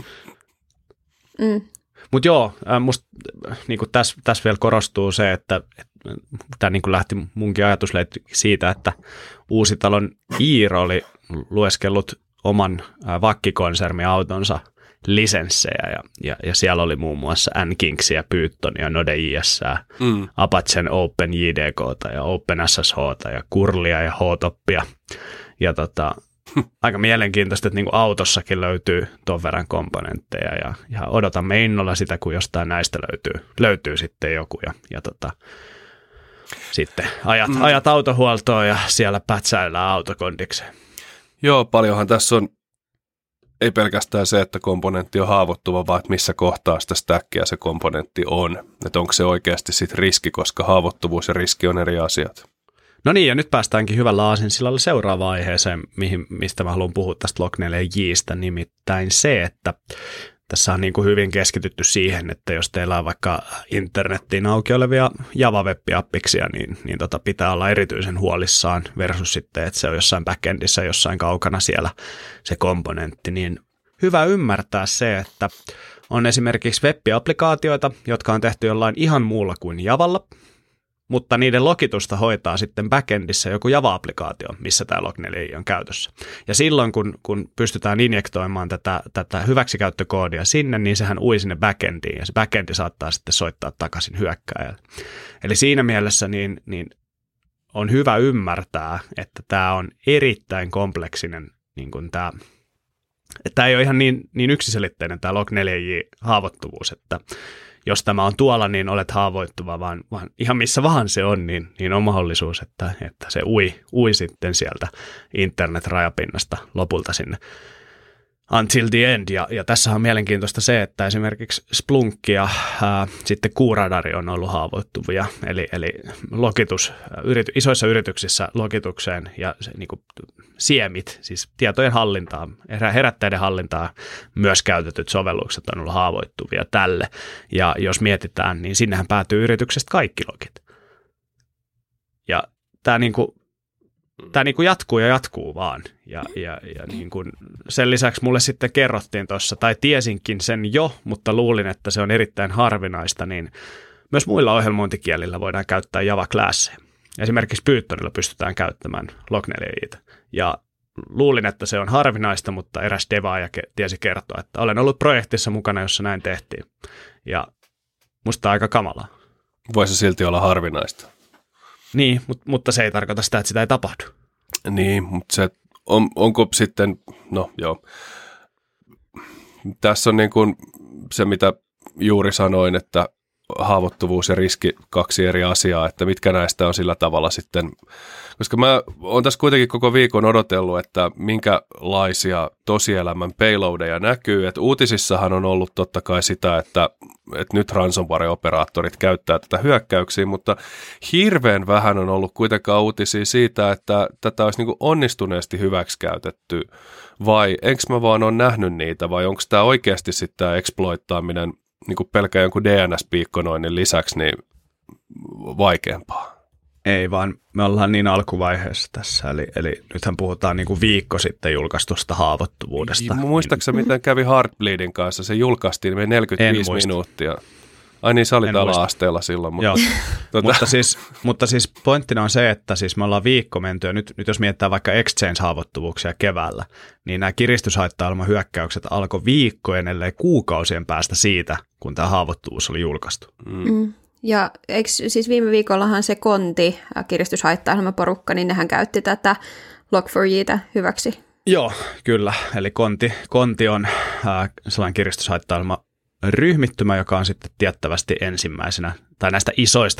mm. Mutta joo, musta niin tässä täs vielä korostuu se, että tämä niin lähti munkin ajatusleikki siitä, että Uusitalon Iiro oli lueskellut oman vakkikonserniautonsa lisenssejä, ja, ja, ja siellä oli muun muassa N-Kingsia, Pythonia, Node.js, mm. Apachen OpenJDKta ja OpenSSHta ja Curlia ja Htoppia. Ja tota, aika mielenkiintoista, että niinku autossakin löytyy ton verran komponentteja, ja, ja odotamme innolla sitä, kun jostain näistä löytyy, löytyy sitten joku, ja, ja tota, sitten ajat, mm. ajat autohuoltoon ja siellä pätsäillään autokondikseen. Joo, paljonhan tässä on ei pelkästään se, että komponentti on haavoittuva, vaan että missä kohtaa sitä stackia se komponentti on. Että onko se oikeasti sitten riski, koska haavoittuvuus ja riski on eri asiat. No niin, ja nyt päästäänkin hyvällä aasinsillalla seuraavaan aiheeseen, mihin, mistä mä haluan puhua tästä log neljä j:stä, nimittäin se, että tässä on niin kuin hyvin keskitytty siihen, että jos teillä on vaikka internettiin auki olevia Java-web-appiksia, niin, niin tota pitää olla erityisen huolissaan versus sitten, että se on jossain backendissä, jossain kaukana siellä se komponentti. Niin hyvä ymmärtää se, että on esimerkiksi web-applikaatioita, jotka on tehty jollain ihan muulla kuin Javalla, mutta niiden logitusta hoitaa sitten backendissä joku Java-applikaatio, missä tämä log neljä j on käytössä. Ja silloin, kun, kun pystytään injektoimaan tätä, tätä hyväksikäyttökoodia sinne, niin sehän ui sinne backendiin, ja se backendi saattaa sitten soittaa takaisin hyökkääjälle. Eli siinä mielessä niin, niin on hyvä ymmärtää, että tämä on erittäin kompleksinen, niin kuin tämä, että tämä ei ole ihan niin, niin yksiselitteinen tämä log neljä j-haavoittuvuus, että jos tämä on tuolla, niin olet haavoittuva, vaan, vaan ihan missä vaan se on, niin, niin on mahdollisuus, että, että se ui, ui sitten sieltä internet-rajapinnasta lopulta sinne until the end. Ja, ja tässä on mielenkiintoista se, että esimerkiksi Splunk ja ää, sitten Q-radari on ollut haavoittuvia, eli, eli logitus, yrity, isoissa yrityksissä logitukseen ja se, niin kuin, siemit, siis tietojen hallintaa, herättäjien hallintaa myös käytetyt sovellukset on ollut haavoittuvia tälle. Ja jos mietitään, niin sinnehän päätyy yrityksestä kaikki logit. Ja tämä niin kuin Tämä niin kuin jatkuu ja jatkuu vaan. Ja, ja, ja niin kuin sen lisäksi mulle sitten kerrottiin tuossa, tai tiesinkin sen jo, mutta luulin, että se on erittäin harvinaista, niin myös muilla ohjelmointikielillä voidaan käyttää Java-klasseja. Esimerkiksi Pythonilla pystytään käyttämään log neljä j:tä. Ja luulin, että se on harvinaista, mutta eräs devaaja tiesi kertoa, että olen ollut projektissa mukana, jossa näin tehtiin. Ja musta aika kamalaa. Voisi silti olla harvinaista. Niin, mutta, mutta se ei tarkoita sitä, että sitä ei tapahdu. Niin, mutta se on, onko sitten, no joo, tässä on niin kuin se, mitä juuri sanoin, että haavoittuvuus ja riski kaksi eri asiaa, että mitkä näistä on sillä tavalla sitten, koska mä oon tässä kuitenkin koko viikon odotellut, että minkälaisia tosielämän payloadeja näkyy, että uutisissahan on ollut totta kai sitä, että, että nyt ransomware-operaattorit käyttää tätä hyökkäyksiä, mutta hirveän vähän on ollut kuitenkaan uutisia siitä, että tätä olisi niin kuin onnistuneesti hyväksikäytetty, vai enkö mä vaan ole nähnyt niitä, vai onko tämä oikeasti sitten tämä exploittaaminen niin kuin pelkää jonkun D N S-piikkonoinnin lisäksi niin vaikeampaa? Ei, vaan me ollaan niin alkuvaiheessa tässä, eli, eli nythän puhutaan niin kuin viikko sitten julkaistusta haavoittuvuudesta. Muistaakseni, miten kävi Heartbleedin kanssa? Se julkaistiin me neljäkymmentäviisi minuuttia. Ai niin, sä olit ala-asteella silloin. Mutta, tuota. mutta, siis, mutta siis pointtina on se, että siis me ollaan viikko menty, ja nyt, nyt jos mietitään vaikka Exchange-haavoittuvuuksia keväällä, niin nämä kiristyshaitta-ilman hyökkäykset alkoi viikkojen, ellei kuukausien päästä siitä, kun tämä haavoittuvuus oli julkaistu. Mm. Mm. Ja eikö siis viime viikollahan se Konti, kiristyshaitta-ilman porukka, niin nehän käytti tätä log four j:tä hyväksi. Joo, kyllä. Eli Konti, Konti on äh, sellainen kiristyshaitta-ilman ryhmittymä, joka on sitten tiettävästi ensimmäisenä, tai näistä isoista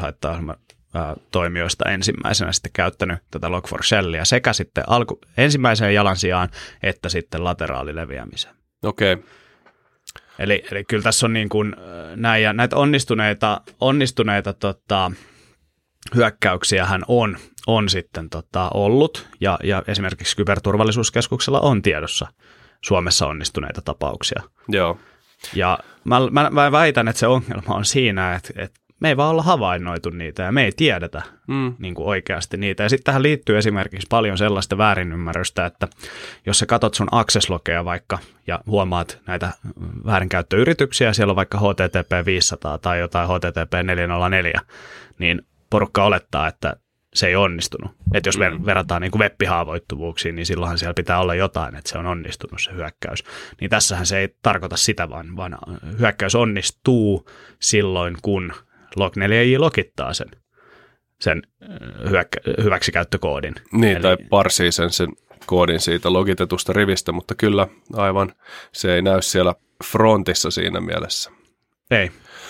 kiristyshaitta-toimijoista ensimmäisenä sitten käyttänyt tätä log four shellia sekä sitten alku, ensimmäiseen jalansijaan että sitten lateraalileviämiseen. Okei. Okay. Eli, eli kyllä tässä on niin kuin näitä, näitä onnistuneita, onnistuneita tota, hyökkäyksiähän on, on sitten tota, ollut, ja, ja esimerkiksi Kyberturvallisuuskeskuksella on tiedossa Suomessa onnistuneita tapauksia. Joo. Ja mä, mä, mä väitän, että se ongelma on siinä, että, että me ei vaan olla havainnoitu niitä ja me ei tiedetä mm. niin kuin oikeasti niitä. Ja sitten tähän liittyy esimerkiksi paljon sellaista väärinymmärrystä, että jos sä katot sun access-logeja vaikka ja huomaat näitä väärinkäyttöyrityksiä, siellä on vaikka H T T P viisisataa tai jotain H T T P neljäsataaneljä, niin porukka olettaa, että se ei onnistunut. Että jos ver- verrataan niin kuin web-haavoittuvuuksiin, niin silloinhan siellä pitää olla jotain, että se on onnistunut se hyökkäys. Niin tässähän se ei tarkoita sitä, vaan, vaan hyökkäys onnistuu silloin, kun log neljä j logittaa sen, sen hyökkä- hyväksikäyttökoodin. Niin, Eli, tai parsii sen, sen koodin siitä logitetusta rivistä, mutta kyllä aivan se ei näy siellä frontissa siinä mielessä. Ei.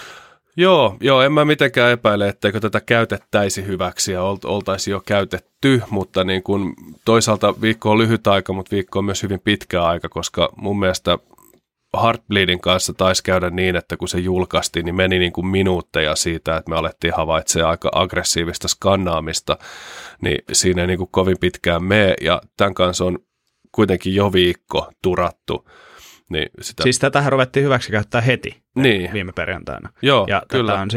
Joo, joo, en mä mitenkään epäile, etteikö tätä käytettäisi hyväksi ja oltaisi jo käytetty, mutta niin kun toisaalta viikko on lyhyt aika, mutta viikko on myös hyvin pitkä aika, koska mun mielestä Heartbleedin kanssa taisi käydä niin, että kun se julkaistiin, niin meni niin kuin minuutteja siitä, että me alettiin havaitsemaan aika aggressiivista skannaamista, niin siinä ei niin kuin kovin pitkään mene, ja tämän kanssa on kuitenkin jo viikko turattu. Niin sitä... Siis tätähän ruvettiin hyväksi käyttää heti niin. viime perjantaina. Joo, ja kyllä. tätä on siis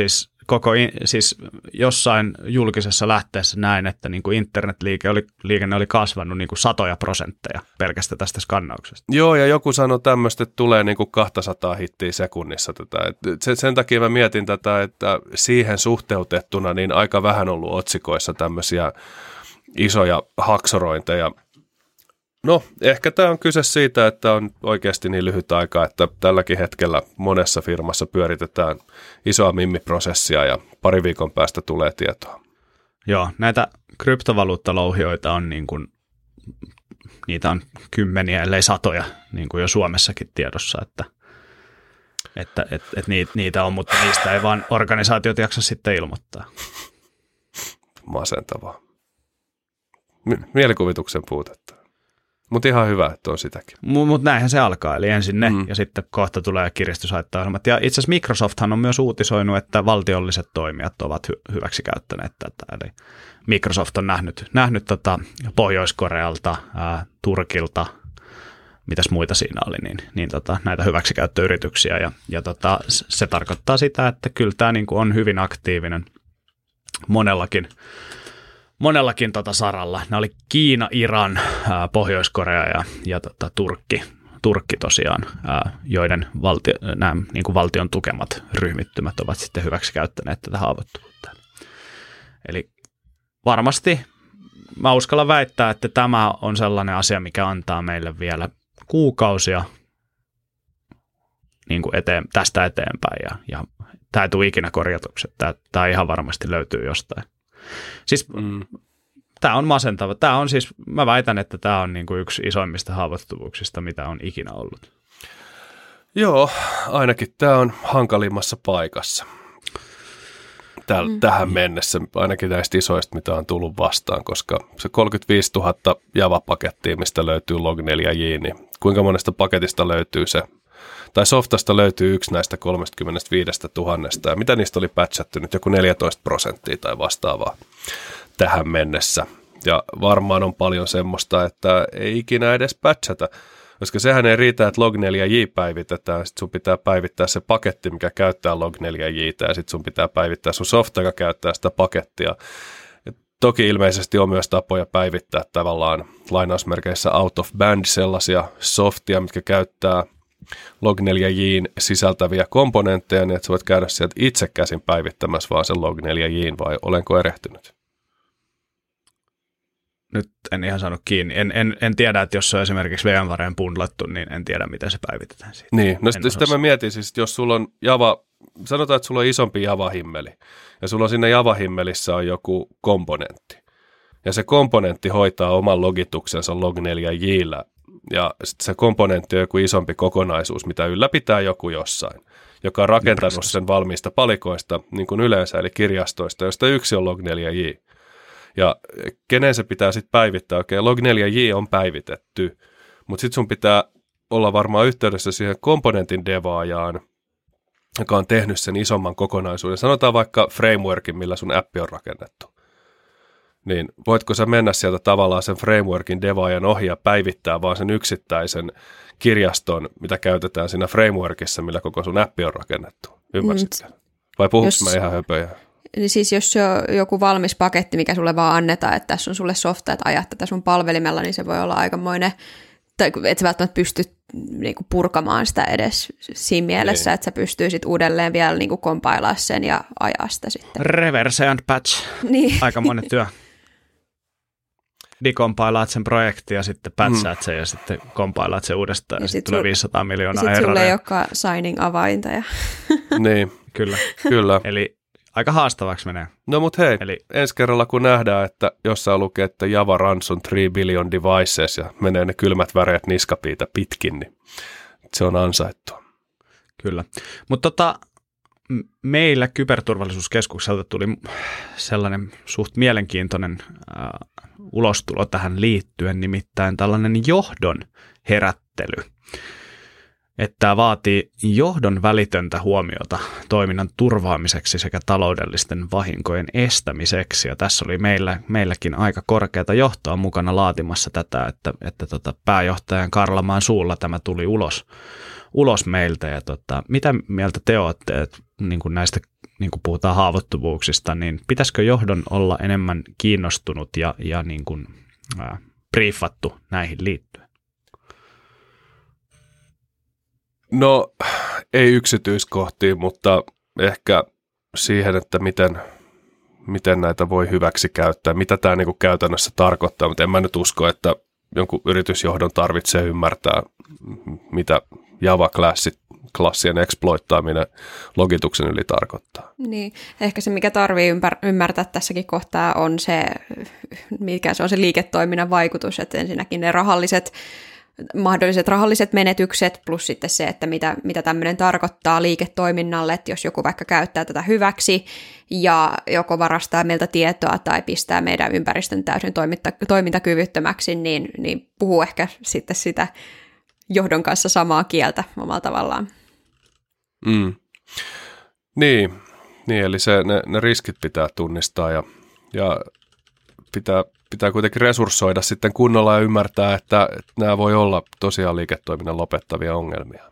koko, siis jossain julkisessa lähteessä näin, että niin kuin internetliike oli, liikenne oli kasvanut niin kuin satoja prosentteja pelkästään tästä skannauksesta. Joo, ja joku sanoi tämmöistä, että tulee niin kuin kaksisataa hittiä sekunnissa tätä. Et sen takia mä mietin tätä, että siihen suhteutettuna niin aika vähän ollut otsikoissa tämmöisiä isoja haksorointeja. No, ehkä tämä on kyse siitä, että on oikeasti niin lyhyt aika, että tälläkin hetkellä monessa firmassa pyöritetään isoa mimmiprosessia ja pari viikon päästä tulee tietoa. Joo, näitä kryptovaluuttalouhioita on niin kuin, niitä on kymmeniä, ellei satoja, niin kuin jo Suomessakin tiedossa, että, että et, et niitä on, mutta niistä ei vaan organisaatiot jaksa sitten ilmoittaa. Masentavaa. Mielikuvituksen puutetta. Mutta ihan hyvä, että on sitäkin. Mutta näinhän se alkaa, eli ensin ne, mm. ja sitten kohta tulee kiristyshaittaohjelmat. Ja itse asiassa Microsofthan on myös uutisoinut, että valtiolliset toimijat ovat hy- hyväksi käyttäneet tätä. Eli Microsoft on nähnyt, nähnyt tota Pohjois-Korealta, ää, Turkilta, mitäs muita siinä oli, niin, niin tota, näitä hyväksikäyttöyrityksiä. Ja, ja tota, se tarkoittaa sitä, että kyllä tämä niinku on hyvin aktiivinen monellakin Monellakin tota saralla. Nämä oli Kiina, Iran, ää, Pohjois-Korea ja, ja tota, Turkki, Turkki tosiaan, ää, joiden valtio, nämä niin kuin valtion tukemat ryhmittymät ovat sitten hyväksi käyttäneet tätä haavoittuvuutta. Eli varmasti mä uskallan väittää, että tämä on sellainen asia, mikä antaa meille vielä kuukausia niin kuin eteen, tästä eteenpäin. Ja, ja tämä ei tule ikinä korjatuksi. Tämä, tämä ihan varmasti löytyy jostain. Siis mm. tämä on masentava. Tämä on siis, mä väitän, että tämä on niin kuin yksi isoimmista haavoittuvuuksista, mitä on ikinä ollut. Joo, ainakin tämä on hankalimmassa paikassa Täl, mm. tähän mennessä, ainakin näistä isoista, mitä on tullut vastaan, koska se kolmekymmentäviisituhatta Java-pakettia, mistä löytyy log neljä j, niin kuinka monesta paketista löytyy se, tai softasta löytyy yksi näistä kolmekymmentäviisituhatta, ja mitä niistä oli patchattu nyt, joku neljätoista prosenttia tai vastaavaa tähän mennessä. Ja varmaan on paljon semmoista, että ei ikinä edes patchata, koska sehän ei riitä, että log neljä j päivitetään, sitten sun pitää päivittää se paketti, mikä käyttää log neljä j, ja sitten sun pitää päivittää sun softa, joka käyttää sitä pakettia. Et toki ilmeisesti on myös tapoja päivittää tavallaan lainausmerkeissä out of band sellaisia softia, mitkä käyttää log neljä j:n sisältäviä komponentteja, niin että sä voit käydä sieltä itse käsin päivittämässä vaan sen log neljä j:n, vai olenko erehtynyt? Nyt en ihan saanut kiinni. En, en, en tiedä, että jos se on esimerkiksi VMwareen bundlattu, niin en tiedä, miten se päivitetään siitä. Niin, no sitten sitä mä mietin, siis, että jos sulla on Java, sanotaan, että sulla on isompi Java-himmeli, ja sulla on siinä Java-himmelissä on joku komponentti, ja se komponentti hoitaa oman logituksensa log neljä j:llä, ja sitten se komponentti on joku isompi kokonaisuus, mitä ylläpitää joku jossain, joka on rakentanut sen valmiista palikoista, niin kuin yleensä, eli kirjastoista, josta yksi on log neljä j. Ja kenen se pitää sitten päivittää? Okei, log neljä j on päivitetty, mutta sitten sun pitää olla varmaan yhteydessä siihen komponentin devaajaan, joka on tehnyt sen isomman kokonaisuuden. Sanotaan vaikka frameworkin, millä sun appi on rakennettu. Niin voitko sä mennä sieltä tavallaan sen frameworkin devaajan ohi ja päivittää vaan sen yksittäisen kirjaston, mitä käytetään siinä frameworkissa, millä koko sun appi on rakennettu? Ymmärsitkö? Vai puhuuko jos... mä ihan höpöjä? Niin siis jos se on joku valmis paketti, mikä sulle vaan annetaan, että tässä on sulle softa, että ajat tätä sun palvelimella, niin se voi olla aikamoinen, tai et sä välttämättä pysty niinku purkamaan sitä edes siinä mielessä, niin. Että sä pystyisit uudelleen vielä niinku kompailemaan sen ja ajaa sitä sitten. Reverse and patch. Niin. Aikamoinen työ. Decompailaat sen projektin ja sitten patchaat sen ja sitten kompailaat sen uudestaan ja, ja sitten sit tulee viisisataa miljoonaa euroa. Ja sitten sulle ei olekaan signing avainta. Ja... niin, kyllä. kyllä. Eli aika haastavaksi menee. No mut hei, Eli... ensi kerralla kun nähdään, että jossain lukee, että Java runs on three billion devices ja menee ne kylmät väreet niskapiitä pitkin, niin se on ansaittua. Kyllä. Mutta tota, meillä Kyberturvallisuuskeskukselta tuli sellainen suht mielenkiintoinen äh, ulostulo tähän liittyen, nimittäin tällainen johdon herättely. Että tämä vaatii johdon välitöntä huomiota toiminnan turvaamiseksi sekä taloudellisten vahinkojen estämiseksi. Ja tässä oli meillä, meilläkin aika korkeata johtoa mukana laatimassa tätä, että, että tota, pääjohtajan Karlamaan suulla tämä tuli ulos, ulos meiltä. Ja tota, mitä mieltä te olette, että niin kuin näistä, niin kuin puhutaan haavoittuvuuksista, niin pitäisikö johdon olla enemmän kiinnostunut ja, ja niin kuin, ää, briefattu näihin liittyen? No ei yksityiskohtiin, mutta ehkä siihen, että miten, miten näitä voi hyväksi käyttää, mitä tämä niin kuin käytännössä tarkoittaa, mutta en mä nyt usko, että jonkun yritysjohdon tarvitsee ymmärtää, mitä Java-klassien exploittaaminen logituksen yli tarkoittaa. Niin, ehkä se, mikä tarvii ympär- ymmärtää tässäkin kohtaa, on se, mikä se on se liiketoiminnan vaikutus, että ensinnäkin ne rahalliset, mahdolliset rahalliset menetykset, plus sitten se, että mitä, mitä tämmöinen tarkoittaa liiketoiminnalle, että jos joku vaikka käyttää tätä hyväksi ja joko varastaa meiltä tietoa tai pistää meidän ympäristön täysin toiminta, toimintakyvyttömäksi, niin, niin puhuu ehkä sitten sitä johdon kanssa samaa kieltä omalla tavallaan. Mm. Niin. niin, eli se, ne, ne riskit pitää tunnistaa ja, ja pitää, pitää kuitenkin resurssoida sitten kunnolla ja ymmärtää, että, että nämä voi olla tosiaan liiketoiminnan lopettavia ongelmia.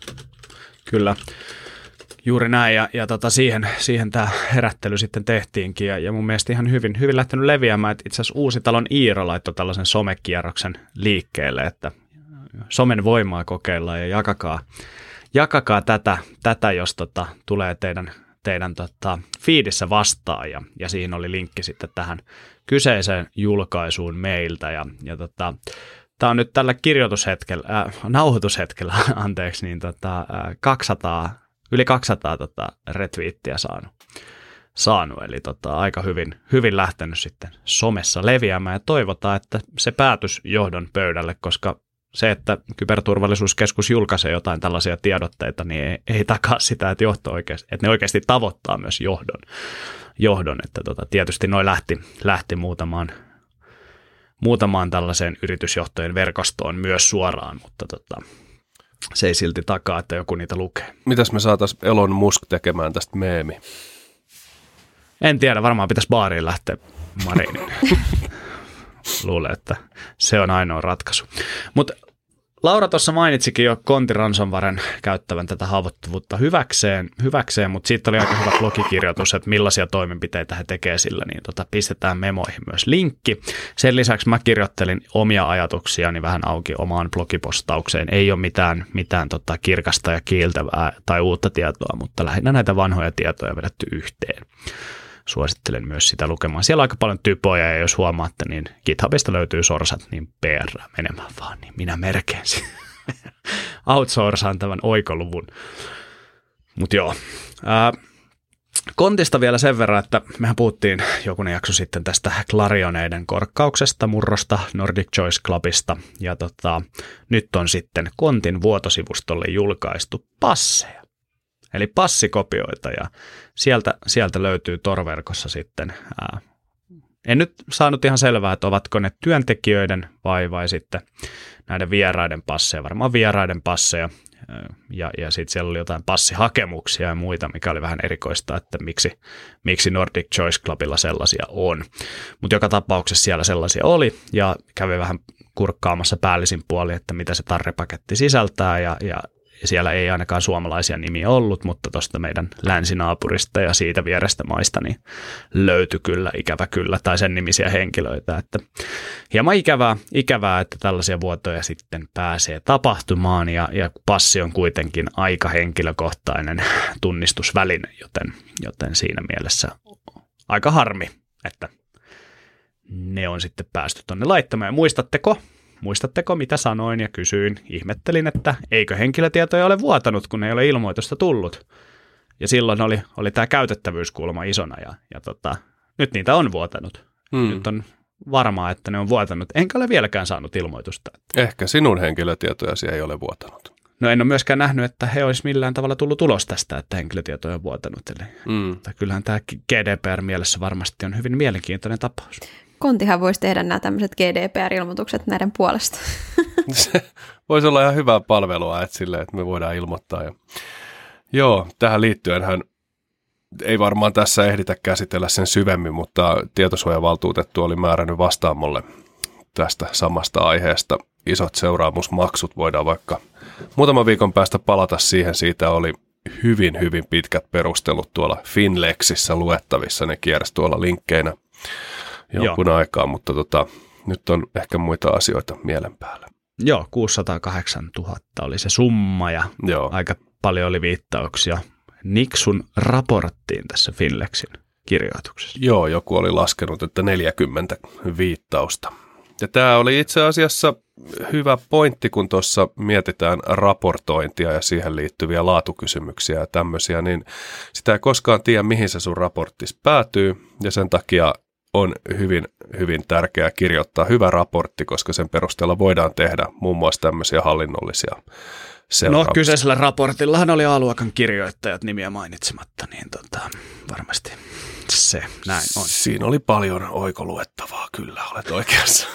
Kyllä, juuri näin ja, ja tota siihen, siihen tämä herättely sitten tehtiinkin ja, ja mun mielestä ihan hyvin, hyvin lähtenyt leviämään, että itse asiassa Uusitalon Iiro laittoi tällaisen somekierroksen liikkeelle, että somen voimaa kokeillaan ja jakakaa, jakakaa tätä, tätä, jos tota, tulee teidän, teidän tota, feedissä vastaan ja, ja siihen oli linkki sitten tähän kyseiseen julkaisuun meiltä ja, ja tota, tämä on nyt tällä kirjoitushetkellä, äh, nauhoitushetkellä, anteeksi, niin tota, äh, kaksisataa, yli kaksisataa tota, retweettiä saanut, saanut eli tota, aika hyvin, hyvin lähtenyt sitten somessa leviämään ja toivotaan, että se päätys johdon pöydälle, koska se, että Kyberturvallisuuskeskus julkaisee jotain tällaisia tiedotteita, niin ei, ei takaa sitä, että, johto oikeasti, että ne oikeasti tavoittaa myös johdon. johdon että tota, tietysti noi lähti, lähti muutamaan, muutamaan tällaiseen yritysjohtojen verkostoon myös suoraan, mutta tota, se ei silti takaa, että joku niitä lukee. Mitäs me saataisiin Elon Musk tekemään tästä meemi? En tiedä, varmaan pitäisi baariin lähteä Marinin. Luulen, että se on ainoa ratkaisu. Mutta Laura tuossa mainitsikin jo Conti Ransomwaren käyttävän tätä haavoittuvuutta hyväkseen, hyväkseen mutta siitä oli aika hyvä blogikirjoitus, että millaisia toimenpiteitä he tekee sillä, niin tota, pistetään memoihin myös linkki. Sen lisäksi mä kirjoittelin omia ajatuksiani vähän auki omaan blogipostaukseen. Ei ole mitään, mitään tota, kirkasta ja kiiltävää tai uutta tietoa, mutta lähinnä näitä vanhoja tietoja vedetty yhteen. Suosittelen myös sitä lukemaan. Siellä on aika paljon typoja ja jos huomaatte, niin GitHubista löytyy sorsat, niin P R menemään vaan, niin minä merkensin. Outsourcaan tämän oikoluvun. Mutta joo. Ää, Kontista vielä sen verran, että mehän puhuttiin jokunen jakso sitten tästä Clarioneiden korkkauksesta, murrosta, Nordic Choice Clubista. Ja tota, nyt on sitten Kontin vuotosivustolle julkaistu passeja. Eli passikopioita ja sieltä, sieltä löytyy Tor-verkossa sitten, ää, en nyt saanut ihan selvää, että ovatko ne työntekijöiden vai, vai sitten näiden vieraiden passeja, varmaan vieraiden passeja ja, ja sitten siellä oli jotain passihakemuksia ja muita, mikä oli vähän erikoista, että miksi, miksi Nordic Choice Clubilla sellaisia on. Mutta joka tapauksessa siellä sellaisia oli ja kävi vähän kurkkaamassa päällisin puoli, että mitä se tarrepaketti sisältää ja, ja siellä ei ainakaan suomalaisia nimiä ollut, mutta tuosta meidän länsinaapurista ja siitä vierestä maista niin löytyi kyllä ikävä kyllä, tai sen nimisiä henkilöitä. Että hieman ikävää, ikävää, että tällaisia vuotoja sitten pääsee tapahtumaan, ja, ja passi on kuitenkin aika henkilökohtainen tunnistusväline, joten, joten siinä mielessä aika harmi, että ne on sitten päästy tuonne laittamaan. Ja muistatteko? Muistatteko, mitä sanoin ja kysyin? Ihmettelin, että eikö henkilötietoja ole vuotanut, kun ei ole ilmoitusta tullut. Ja silloin oli, oli tämä käytettävyyskulma isona ja, ja tota, nyt niitä on vuotanut. Hmm. Nyt on varmaa, että ne on vuotanut. Enkä ole vieläkään saanut ilmoitusta. Ehkä sinun henkilötietojasi ei ole vuotanut. No en ole myöskään nähnyt, että he olisi millään tavalla tullut ulos tästä, että henkilötietoja on vuotanut. Eli hmm. kyllähän tämä G D P R-mielessä varmasti on hyvin mielenkiintoinen tapaus. Kontihan voisi tehdä nämä tämmöiset G D P R-ilmoitukset näiden puolesta. Se voisi olla ihan hyvää palvelua, että, sille, että me voidaan ilmoittaa. Ja joo, tähän liittyenhän ei varmaan tässä ehditä käsitellä sen syvemmin, mutta tietosuojavaltuutettu oli määrännyt vastaamolle tästä samasta aiheesta. Isot seuraamusmaksut voidaan vaikka muutaman viikon päästä palata siihen. Siitä oli hyvin, hyvin pitkät perustelut tuolla Finlexissä luettavissa. Ne kiersi tuolla linkkeinä jonkun Joo. aikaa, mutta tota, nyt on ehkä muita asioita mielen päällä. Joo, kuusisataakahdeksantuhatta oli se summa ja Joo. aika paljon oli viittauksia Nixun raporttiin tässä Finlexin kirjoituksessa. Joo, joku oli laskenut, että neljäkymmentä viittausta. Ja tämä oli itse asiassa hyvä pointti, kun tuossa mietitään raportointia ja siihen liittyviä laatukysymyksiä ja tämmöisiä, niin sitä ei koskaan tiedä, mihin se sun raporttis päätyy, ja sen takia on hyvin, hyvin tärkeää kirjoittaa hyvä raportti, koska sen perusteella voidaan tehdä muun muassa tämmöisiä hallinnollisia seurauksia. No kyseisellä raportillahan oli A-luokan kirjoittajat nimiä mainitsematta, niin tota, varmasti se näin on. Siinä oli paljon oikoluettavaa, kyllä olet oikeassa.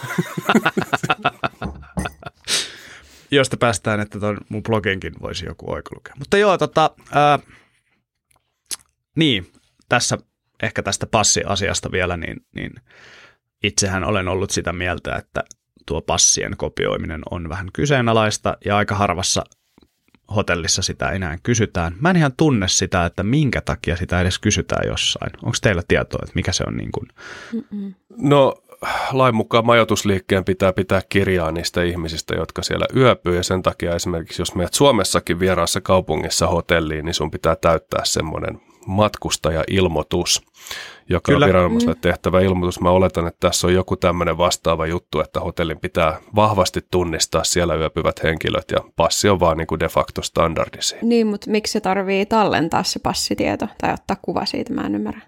Josta päästään, että ton mun bloginkin voisi joku oikolukea. Mutta joo, tota, ää, niin, tässä ehkä tästä passiasiasta vielä, niin, niin itsehän olen ollut sitä mieltä, että tuo passien kopioiminen on vähän kyseenalaista ja aika harvassa hotellissa sitä enää kysytään. Mä en ihan tunne sitä, että minkä takia sitä edes kysytään jossain. Onko teillä tietoa, että mikä se on niin kuin? No lain mukaan majoitusliikkeen pitää pitää kirjaa niistä ihmisistä, jotka siellä yöpyy, ja sen takia esimerkiksi jos menet Suomessakin vieraassa kaupungissa hotelliin, niin sun pitää täyttää semmoinen matkustajailmoitus, joka Kyllä. on viranomaiselle tehtävä ilmoitus. Mä oletan, että tässä on joku tämmöinen vastaava juttu, että hotellin pitää vahvasti tunnistaa siellä yöpyvät henkilöt, ja passi on vaan niin kuin de facto standardisi. Niin, mutta miksi se tarvii tallentaa se passitieto tai ottaa kuva siitä, mä en ymmärrä.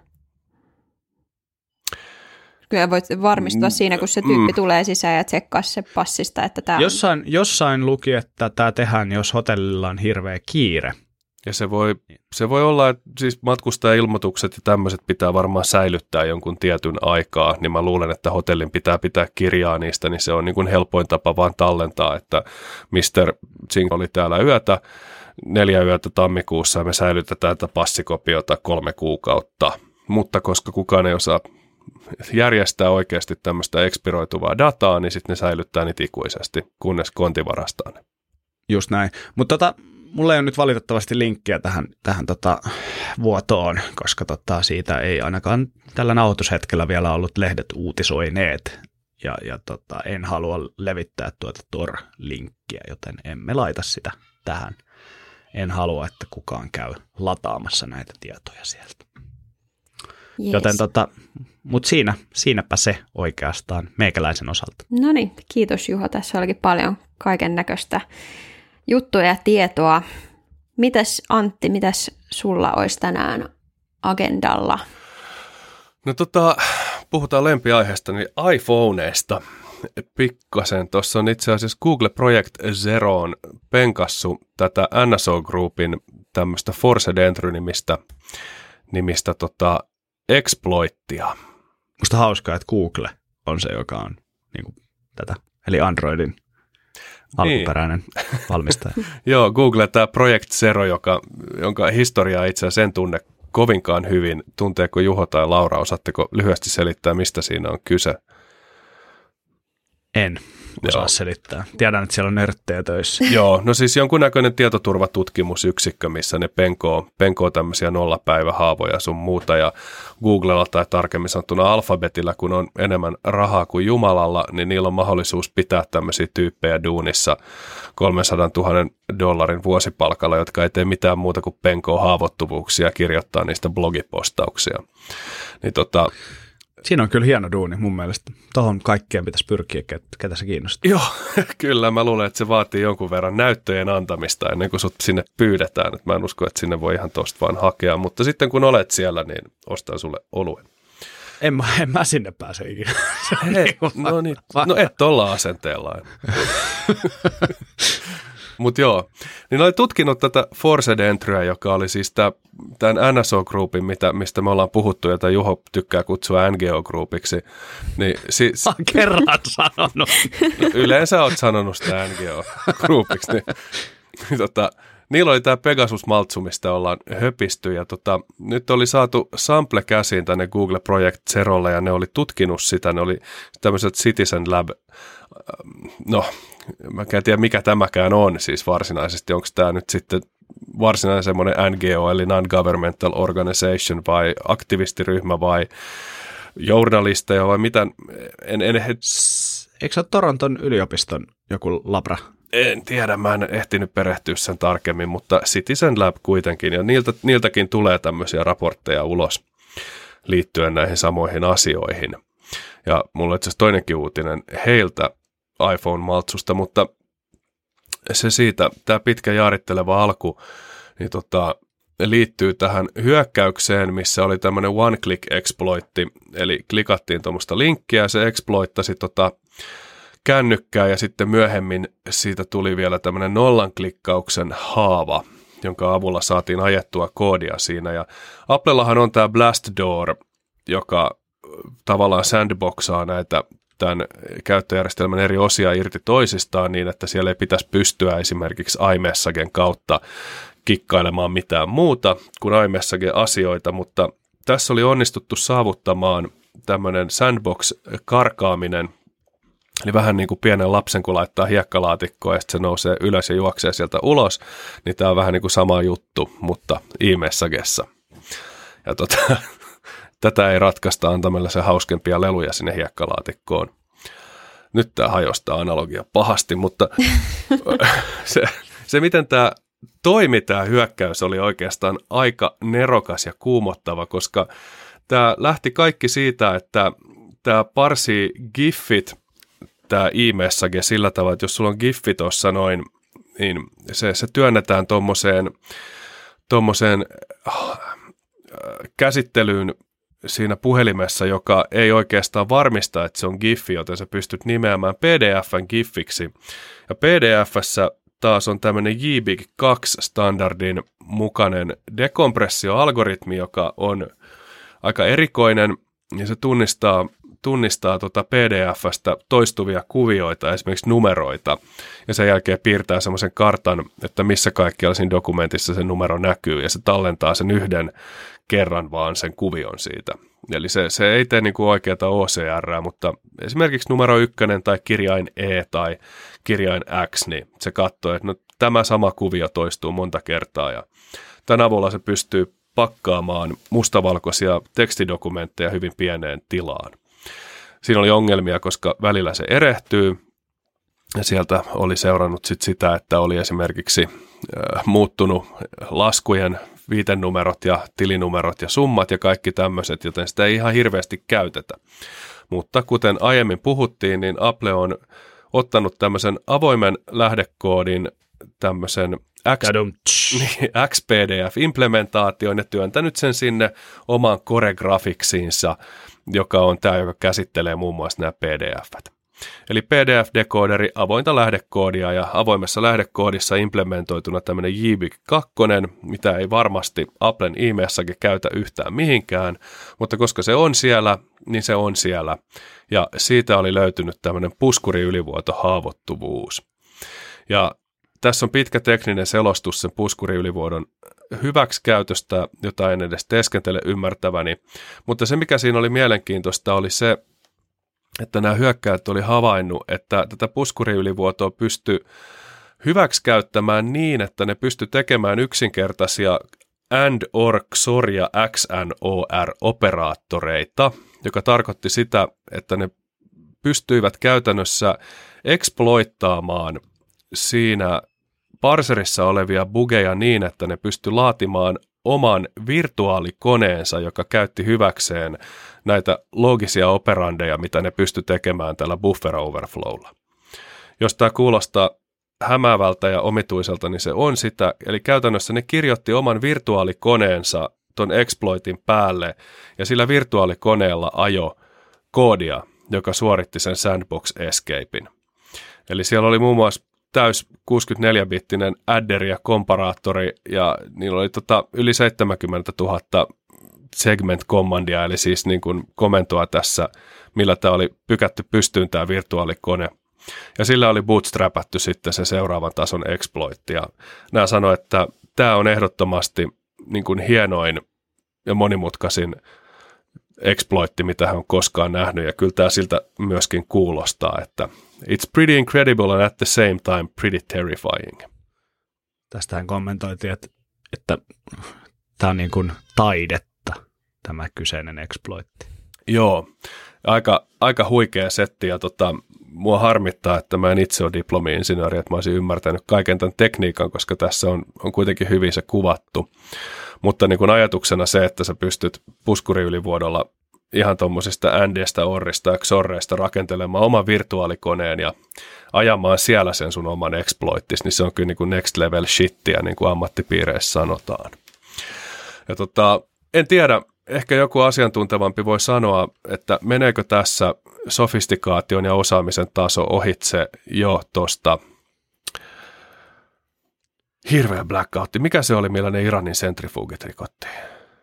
Kyllä voit varmistua siinä, kun se tyyppi mm. tulee sisään ja tsekkaa se passista, että tämä jossain, on... Jossain luki, että tämä tehdään, jos hotellilla on hirveä kiire. Ja se voi, se voi olla, että siis matkustajailmoitukset ja tämmöiset pitää varmaan säilyttää jonkun tietyn aikaa, niin mä luulen, että hotellin pitää pitää kirjaa niistä, niin se on niin kuin helpoin tapa vaan tallentaa, että mister Zing oli täällä yötä, neljä yötä tammikuussa ja me säilytetään tätä passikopiota kolme kuukautta, mutta koska kukaan ei osaa järjestää oikeasti tämmöistä expiroituvaa dataa, niin sitten ne säilyttää niitä ikuisesti, kunnes konti varastaa ne. Just näin, mutta tota... Mulla ei ole nyt valitettavasti linkkiä tähän, tähän tota vuotoon, koska tota siitä ei ainakaan tällä nauhoitushetkellä vielä ollut lehdet uutisoineet. Ja, ja tota, en halua levittää tuota Tor-linkkiä, joten emme laita sitä tähän. En halua, että kukaan käy lataamassa näitä tietoja sieltä. Yes. Joten tota, mutta siinä, siinäpä se oikeastaan meikäläisen osalta. No niin, kiitos Juho. Tässä olikin paljon kaiken näköistä juttuja ja tietoa. Mitäs Antti, mitäs sulla olisi tänään agendalla? No tota, puhutaan lempiaiheesta, niin iPhoneista pikkasen. Tuossa on itse asiassa Google Project Zero on penkassu tätä N S O Groupin tämmöistä Forced Entry-nimistä nimistä tota exploittia. Musta hauskaa, että Google on se, joka on niin kuin tätä, eli Androidin alkuperäinen niin. valmistaja. Joo, Google tämä Project Zero, joka, jonka historiaa itse asiassa en tunne kovinkaan hyvin. Tunteeko Juho tai Laura? Osaatteko lyhyesti selittää, mistä siinä on kyse? En osaa Joo. selittää. Tiedän, että siellä on nörttejä töissä. Joo, no siis jonkunnäköinen tietoturvatutkimusyksikkö, missä ne penkoo, penkoo tämmöisiä nollapäivähaavoja sun muuta, ja Googlella tai tarkemmin sanottuna Alphabetilla, kun on enemmän rahaa kuin Jumalalla, niin niillä on mahdollisuus pitää tämmöisiä tyyppejä duunissa kolmesataatuhatta dollarin vuosipalkalla, jotka ei tee mitään muuta kuin penkoo haavoittuvuuksia ja kirjoittaa niistä blogipostauksia. Niin tota... Siinä on kyllä hieno duuni mun mielestä. Tuohon kaikkeen pitäisi pyrkiä, ketä se kiinnostaa. Joo, kyllä. Mä luulen, että se vaatii jonkun verran näyttöjen antamista ennen kuin sut sinne pyydetään. Et mä en usko, että sinne voi ihan tosta vaan hakea. Mutta sitten kun olet siellä, niin ostan sulle oluen. En mä, en mä sinne pääse ikinä. Hei, no, niin, no et olla asenteellaan. Mutta joo, niin oli tutkinut tätä Forced Entryä, joka oli siis tämän N S O Groupin, mitä, mistä me ollaan puhuttu, jota Juho tykkää kutsua N G O Groupiksi. Niin, siis, Olen kerran sanonut. Yleensä olet sanonut sitä N G O Groupiksi. Niin, niin, tota, niillä oli tämä Pegasus-maltsu, mistä ollaan höpisty, ja tota, nyt oli saatu sample käsiin tänne Google Project Zerolle, ja ne oli tutkinut sitä, ne oli tämmöiset Citizen Lab, no, mä en tiedä mikä tämäkään on siis varsinaisesti, onko tämä nyt sitten varsinainen semmoinen N G O, eli Non-Governmental Organization, vai aktivistiryhmä, vai journalisteja, vai mitä? En, en, he... Eikö se ole Toronton yliopiston joku labra? En tiedä, mä en ehtinyt perehtyä sen tarkemmin, mutta Citizen Lab kuitenkin, ja niiltä, niiltäkin tulee tämmöisiä raportteja ulos liittyen näihin samoihin asioihin. Ja mulla on itse asiassa toinenkin uutinen heiltä iPhone-maltsusta, mutta se siitä, tämä pitkä jaaritteleva alku, niin tota, liittyy tähän hyökkäykseen, missä oli tämmöinen one-click-exploitti, eli klikattiin tuommoista linkkiä, ja se exploittasi tota kännykkää, ja sitten myöhemmin siitä tuli vielä tämmöinen nollan klikkauksen haava, jonka avulla saatiin ajettua koodia siinä, ja Applellahan on tämä Blast Door, joka tavallaan sandboxaa näitä tämän käyttöjärjestelmän eri osia irti toisistaan niin, että siellä ei pitäisi pystyä esimerkiksi iMessagen kautta kikkailemaan mitään muuta kuin iMessage-asioita, mutta tässä oli onnistuttu saavuttamaan tämmöinen sandbox-karkaaminen, eli vähän niin kuin pienen lapsen, kun laittaa hiekkalaatikkoa ja sitten se nousee ylös ja juoksee sieltä ulos, niin tämä on vähän niin kuin sama juttu, mutta iMessagessa. Ja tota, tätä ei ratkaista antamalla se hauskempia leluja sinne hiekkalaatikkoon. Nyt tämä hajostaa analogia pahasti, mutta se, se miten tämä toimi, tämä hyökkäys, oli oikeastaan aika nerokas ja kuumottava, koska tämä lähti kaikki siitä, että tämä parsii giffit, tämä iMessage sillä tavalla, että jos sulla on giffi tuossa noin, niin se, se työnnetään tuommoiseen tommoseen, äh, käsittelyyn siinä puhelimessa, joka ei oikeastaan varmista, että se on giffi, joten sä pystyt nimeämään P D F:n giffiksi. Ja P D F:ssä taas on tämmöinen J B I G kaksi standardin mukainen dekompressioalgoritmi, joka on aika erikoinen, ja se tunnistaa, tunnistaa tuota P D F:stä toistuvia kuvioita, esimerkiksi numeroita, ja sen jälkeen piirtää semmoisen kartan, että missä kaikkialla siinä dokumentissa se numero näkyy, ja se tallentaa sen yhden kerran vaan sen kuvion siitä. Eli se, se ei tee niin kuin oikeata O C R, mutta esimerkiksi numero ykkönen tai kirjain E tai kirjain X, niin se katsoo, että no, tämä sama kuvio toistuu monta kertaa, ja tämän avulla se pystyy pakkaamaan mustavalkoisia tekstidokumentteja hyvin pieneen tilaan. Siinä oli ongelmia, koska välillä se erehtyy, ja sieltä oli seurannut sit sitä, että oli esimerkiksi äh, muuttunut laskujen viitenumerot ja tilinumerot ja summat ja kaikki tämmöiset, joten sitä ei ihan hirveästi käytetä. Mutta kuten aiemmin puhuttiin, niin Apple on ottanut tämmöisen avoimen lähdekoodin, tämmöisen X P D F-implementaation ja työntänyt sen sinne omaan Core Graphics'iinsa, joka on tämä, joka käsittelee muun muassa nämä P D F:t. Eli P D F-dekooderi, avointa lähdekoodia, ja avoimessa lähdekoodissa implementoituna tämmöinen J B I G kaksi, mitä ei varmasti Applen iMessage käytä yhtään mihinkään, mutta koska se on siellä, niin se on siellä. Ja siitä oli löytynyt tämmöinen puskuriylivuotohaavoittuvuus. Ja tässä on pitkä tekninen selostus sen puskuriylivuodon hyväksikäytöstä, jota en edes teeskentele ymmärtäväni. Mutta se, mikä siinä oli mielenkiintoista, oli se, että nämä hyökkäät oli havainnut, että tätä puskuriylivuotoa pystyi hyväksikäyttämään niin, että ne pystyi tekemään yksinkertaisia and, or, X O R ja X N O R-operaattoreita, joka tarkoitti sitä, että ne pystyivät käytännössä exploittaamaan siinä parserissa olevia bugeja niin, että ne pystyi laatimaan oman virtuaalikoneensa, joka käytti hyväkseen näitä loogisia operandeja, mitä ne pystyi tekemään tällä buffer overflowlla. Jos tämä kuulostaa hämäävältä ja omituiselta, niin se on sitä. Eli käytännössä ne kirjoitti oman virtuaalikoneensa ton exploitin päälle, ja sillä virtuaalikoneella ajo koodia, joka suoritti sen sandbox escapein. Eli siellä oli muun muassa täys kuusikymmentäneljä-bittinen adderi ja komparaattori, ja niillä oli tota yli seitsemänkymmentätuhatta segment-kommandia, eli siis niin kuin komentoa tässä, millä tämä oli pykätty pystyyn tämä virtuaalikone. Ja sillä oli bootstrapattu sitten se seuraavan tason exploitti. Ja nämä sanoi, että tämä on ehdottomasti niin kuin hienoin ja monimutkaisin exploitti, mitä hän on koskaan nähnyt. Ja kyllä tämä siltä myöskin kuulostaa, että it's pretty incredible and at the same time pretty terrifying. Tästähän kommentoitiin, että että tämä on niin kuin taidetta, tämä kyseinen exploitti. Joo, aika, aika huikea setti ja tota, mua harmittaa, että mä en itse ole diplomi-insinööri, että mä olisin ymmärtänyt kaiken tämän tekniikan, koska tässä on, on kuitenkin hyvin se kuvattu. Mutta niin kuin ajatuksena se, että sä pystyt puskuriylivuodolla ihan tuommoisista Andestä, Orrista ja Xorreista rakentelemaan oman virtuaalikoneen ja ajamaan siellä sen sun oman exploittis, niin se on kyllä niin kuin next level shittiä, niin kuin ammattipiireissä sanotaan. Ja tota, en tiedä, ehkä joku asiantuntevampi voi sanoa, että meneekö tässä sofistikaation ja osaamisen taso ohitse jo tuosta hirveä blackoutti. Mikä se oli, millä ne Iranin sentrifugit rikottiin?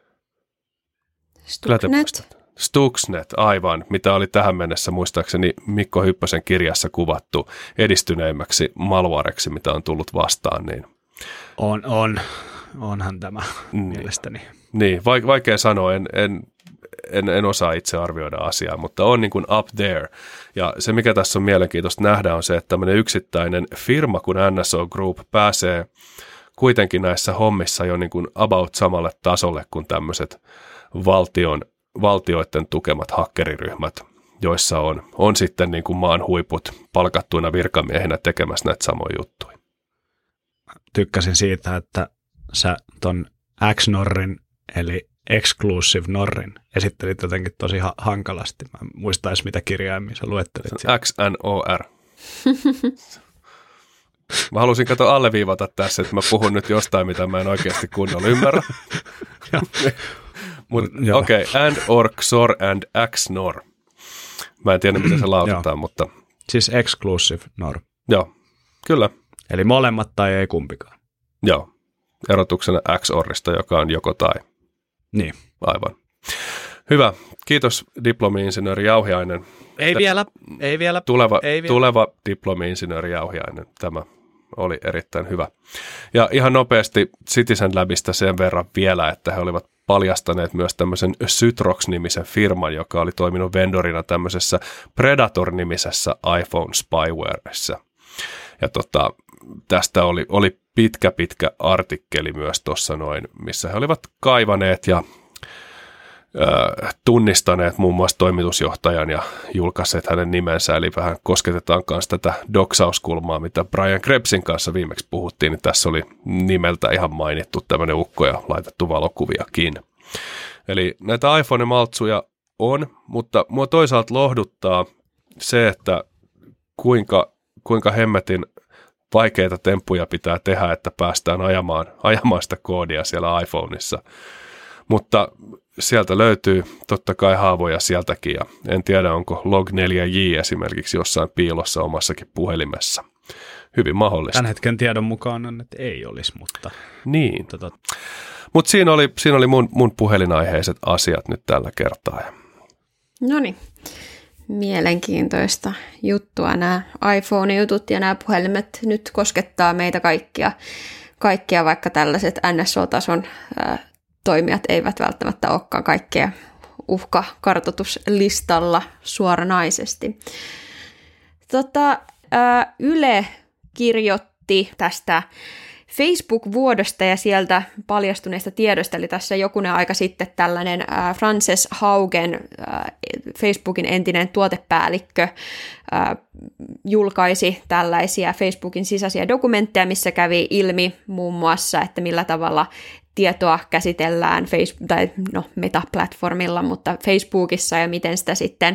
Stuxnet. Stuxnet, aivan, mitä oli tähän mennessä muistaakseni Mikko Hyppösen kirjassa kuvattu edistyneimmäksi malwareksi, mitä on tullut vastaan. Niin. On, on. Onhan tämä niin. mielestäni. Niin, vaikea sanoa, en, en, en, en osaa itse arvioida asiaa, mutta on niin kuin up there. Ja se, mikä tässä on mielenkiintoista nähdä, on se, että tämmöinen yksittäinen firma kuin N S O Group pääsee kuitenkin näissä hommissa jo niin kuin about samalle tasolle kuin tämmöiset valtion, valtioiden tukemat hakkeriryhmät, joissa on, on sitten niin kuin maan huiput palkattuina virkamiehinä tekemässä näitä samoja juttuja. Tykkäsin siitä, että sä ton X-Norrin, eli Exclusive Norrin, esittelit jotenkin tosi ha- hankalasti. Mä en muista edes, mitä kirjaimia sä luettelit. X N O R. Mä halusin katsoa alleviivata tässä, että mä puhun nyt jostain, mitä mä en oikeasti kunnolla ymmärrä. Okei, okay, and, or, xor and X-Nor. Mä en tiedä, miten se lausutaan, mutta... Siis Exclusive Nor. Joo, kyllä. Eli molemmat tai ei kumpikaan. Joo, erotuksena X-Orrista, joka on joko tai. Niin. Aivan. Hyvä, kiitos diplomi-insinööri Jauhiainen. Ei vielä, ei vielä. Tuleva, ei vielä. tuleva diplomi-insinööri Jauhiainen, tämä oli erittäin hyvä. Ja ihan nopeasti Citizen Labista sen verran vielä, että he olivat paljastaneet myös tämmöisen Sytrox-nimisen firman, joka oli toiminut vendorina tämmöisessä Predator-nimisessä iPhone spywaressa. Ja tota, tästä oli, oli pitkä, pitkä artikkeli myös tuossa noin, missä he olivat kaivaneet ja ö, tunnistaneet muun muassa toimitusjohtajan ja julkaisseet hänen nimensä, eli vähän kosketetaan myös tätä doksauskulmaa, mitä Brian Krebsin kanssa viimeksi puhuttiin, niin tässä oli nimeltä ihan mainittu tämmöinen ukko ja laitettu valokuviakin. Eli näitä iPhone-maltsuja on, mutta mua toisaalta lohduttaa se, että kuinka, kuinka hemmetin vaikeita temppuja pitää tehdä, että päästään ajamaan, ajamaan sitä koodia siellä iPhoneissa. Mutta sieltä löytyy totta kai haavoja sieltäkin, ja en tiedä, onko log neljä j esimerkiksi jossain piilossa omassakin puhelimessa. Hyvin mahdollista. Tämän hetken tiedon mukaan on, että ei olisi, mutta... Niin. Tota... Mutta siinä oli, siinä oli mun, mun puhelinaiheiset asiat nyt tällä kertaa. Noniin. Mielenkiintoista juttua. Nämä iPhone-jutut ja nämä puhelimet nyt koskettaa meitä kaikkia, kaikkia vaikka tällaiset N S O-tason ää, toimijat eivät välttämättä olekaan kaikkea uhkakartoituslistalla suoranaisesti. Tota, ää, Yle kirjoitti tästä Facebook-vuodosta ja sieltä paljastuneista tiedoista, eli tässä jokunen aika sitten tällainen äh, Frances Haugen, äh, Facebookin entinen tuotepäällikkö, äh, julkaisi tällaisia Facebookin sisäisiä dokumentteja, missä kävi ilmi muun muassa, että millä tavalla tietoa käsitellään Facebook, tai no, Meta-platformilla, mutta Facebookissa ja miten sitä sitten,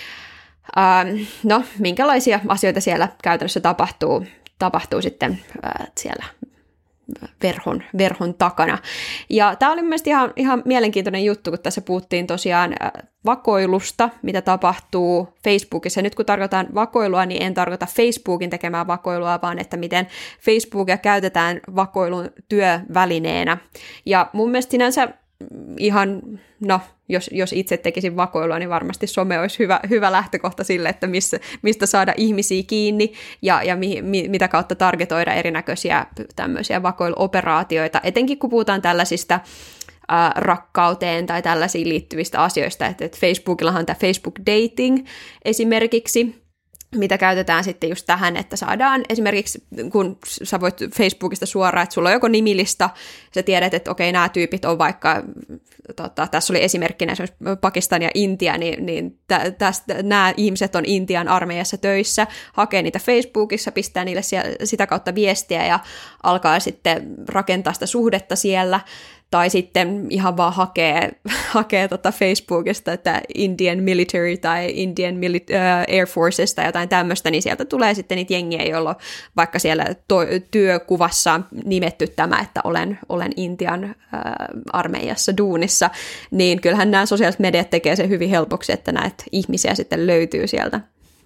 äh, no minkälaisia asioita siellä käytännössä tapahtuu, tapahtuu sitten äh, siellä verhon, verhon takana. Ja tämä oli mielestäni ihan, ihan mielenkiintoinen juttu, kun tässä puhuttiin tosiaan vakoilusta, mitä tapahtuu Facebookissa. Nyt kun tarkoitan vakoilua, niin en tarkoita Facebookin tekemää vakoilua, vaan että miten Facebookia käytetään vakoilun työvälineenä. Ja mun mielestä sinänsä ihan, no, jos, jos itse tekisin vakoilua, niin varmasti some olisi hyvä, hyvä lähtökohta sille, että missä, mistä saada ihmisiä kiinni ja, ja mi, mi, mitä kautta targetoida erinäköisiä tämmöisiä vakoiluoperaatioita, etenkin kun puhutaan tällaisista ää, rakkauteen tai tällaisiin liittyvistä asioista, että, että Facebookillahan on tämä Facebook Dating esimerkiksi, mitä käytetään sitten just tähän, että saadaan esimerkiksi, kun sä voit Facebookista suoraan, että sulla on joko nimilista, sä tiedät, että okei, nämä tyypit on vaikka, tota, tässä oli esimerkkinä esimerkiksi Pakistan ja Intia, niin, niin tä, tästä, nämä ihmiset on Intian armeijassa töissä, hakee niitä Facebookissa, pistää niille siellä, sitä kautta viestiä ja alkaa sitten rakentaa sitä suhdetta siellä, tai sitten ihan vaan hakee, hakee tota Facebookista, että Indian Military tai Indian Mili- uh, Air Forces tai jotain tämmöistä, niin sieltä tulee sitten niitä jengiä, joilla on vaikka siellä to- työkuvassa on nimetty tämä, että olen, olen Intian uh, armeijassa duunissa, niin kyllähän nämä sosiaaliset mediat tekee sen hyvin helpoksi, että näitä ihmisiä sitten löytyy sieltä.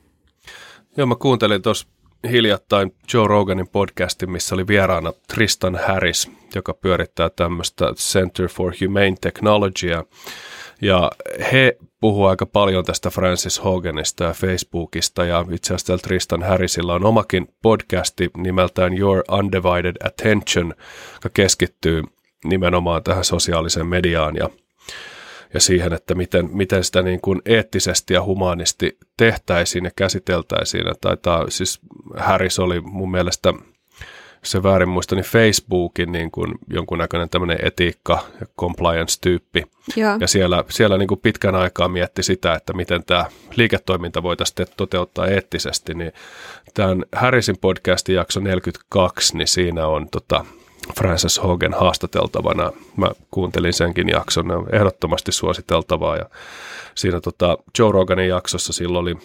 Joo, mä kuuntelin tuossa hiljattain Joe Roganin podcastin, missä oli vieraana Tristan Harris, joka pyörittää tämmöistä Center for Humane Technologya. Ja he puhuu aika paljon tästä Frances Hoganista ja Facebookista, ja itse asiassa Tristan Harrisilla on omakin podcasti nimeltään Your Undivided Attention, joka keskittyy nimenomaan tähän sosiaaliseen mediaan ja ja siihen, että miten, miten sitä niin kuin eettisesti ja humaanisti tehtäisiin ja käsiteltäisiin. Ja taitaa, siis Harris oli mun mielestä, se väärin muista, niin Facebookin niin kuin jonkunnäköinen tämmöinen etiikka- ja compliance-tyyppi. Joo. Ja siellä, siellä niin kuin pitkän aikaa mietti sitä, että miten tämä liiketoiminta voitaisiin toteuttaa eettisesti. Niin tämän Harrisin podcastin jakso neljäkymmentäkaksi, niin siinä on tota, Frances Hogan haastateltavana. Mä kuuntelin senkin jakson, ne on ehdottomasti suositeltavaa. Ja siinä tota, Joe Roganin jaksossa silloin oli,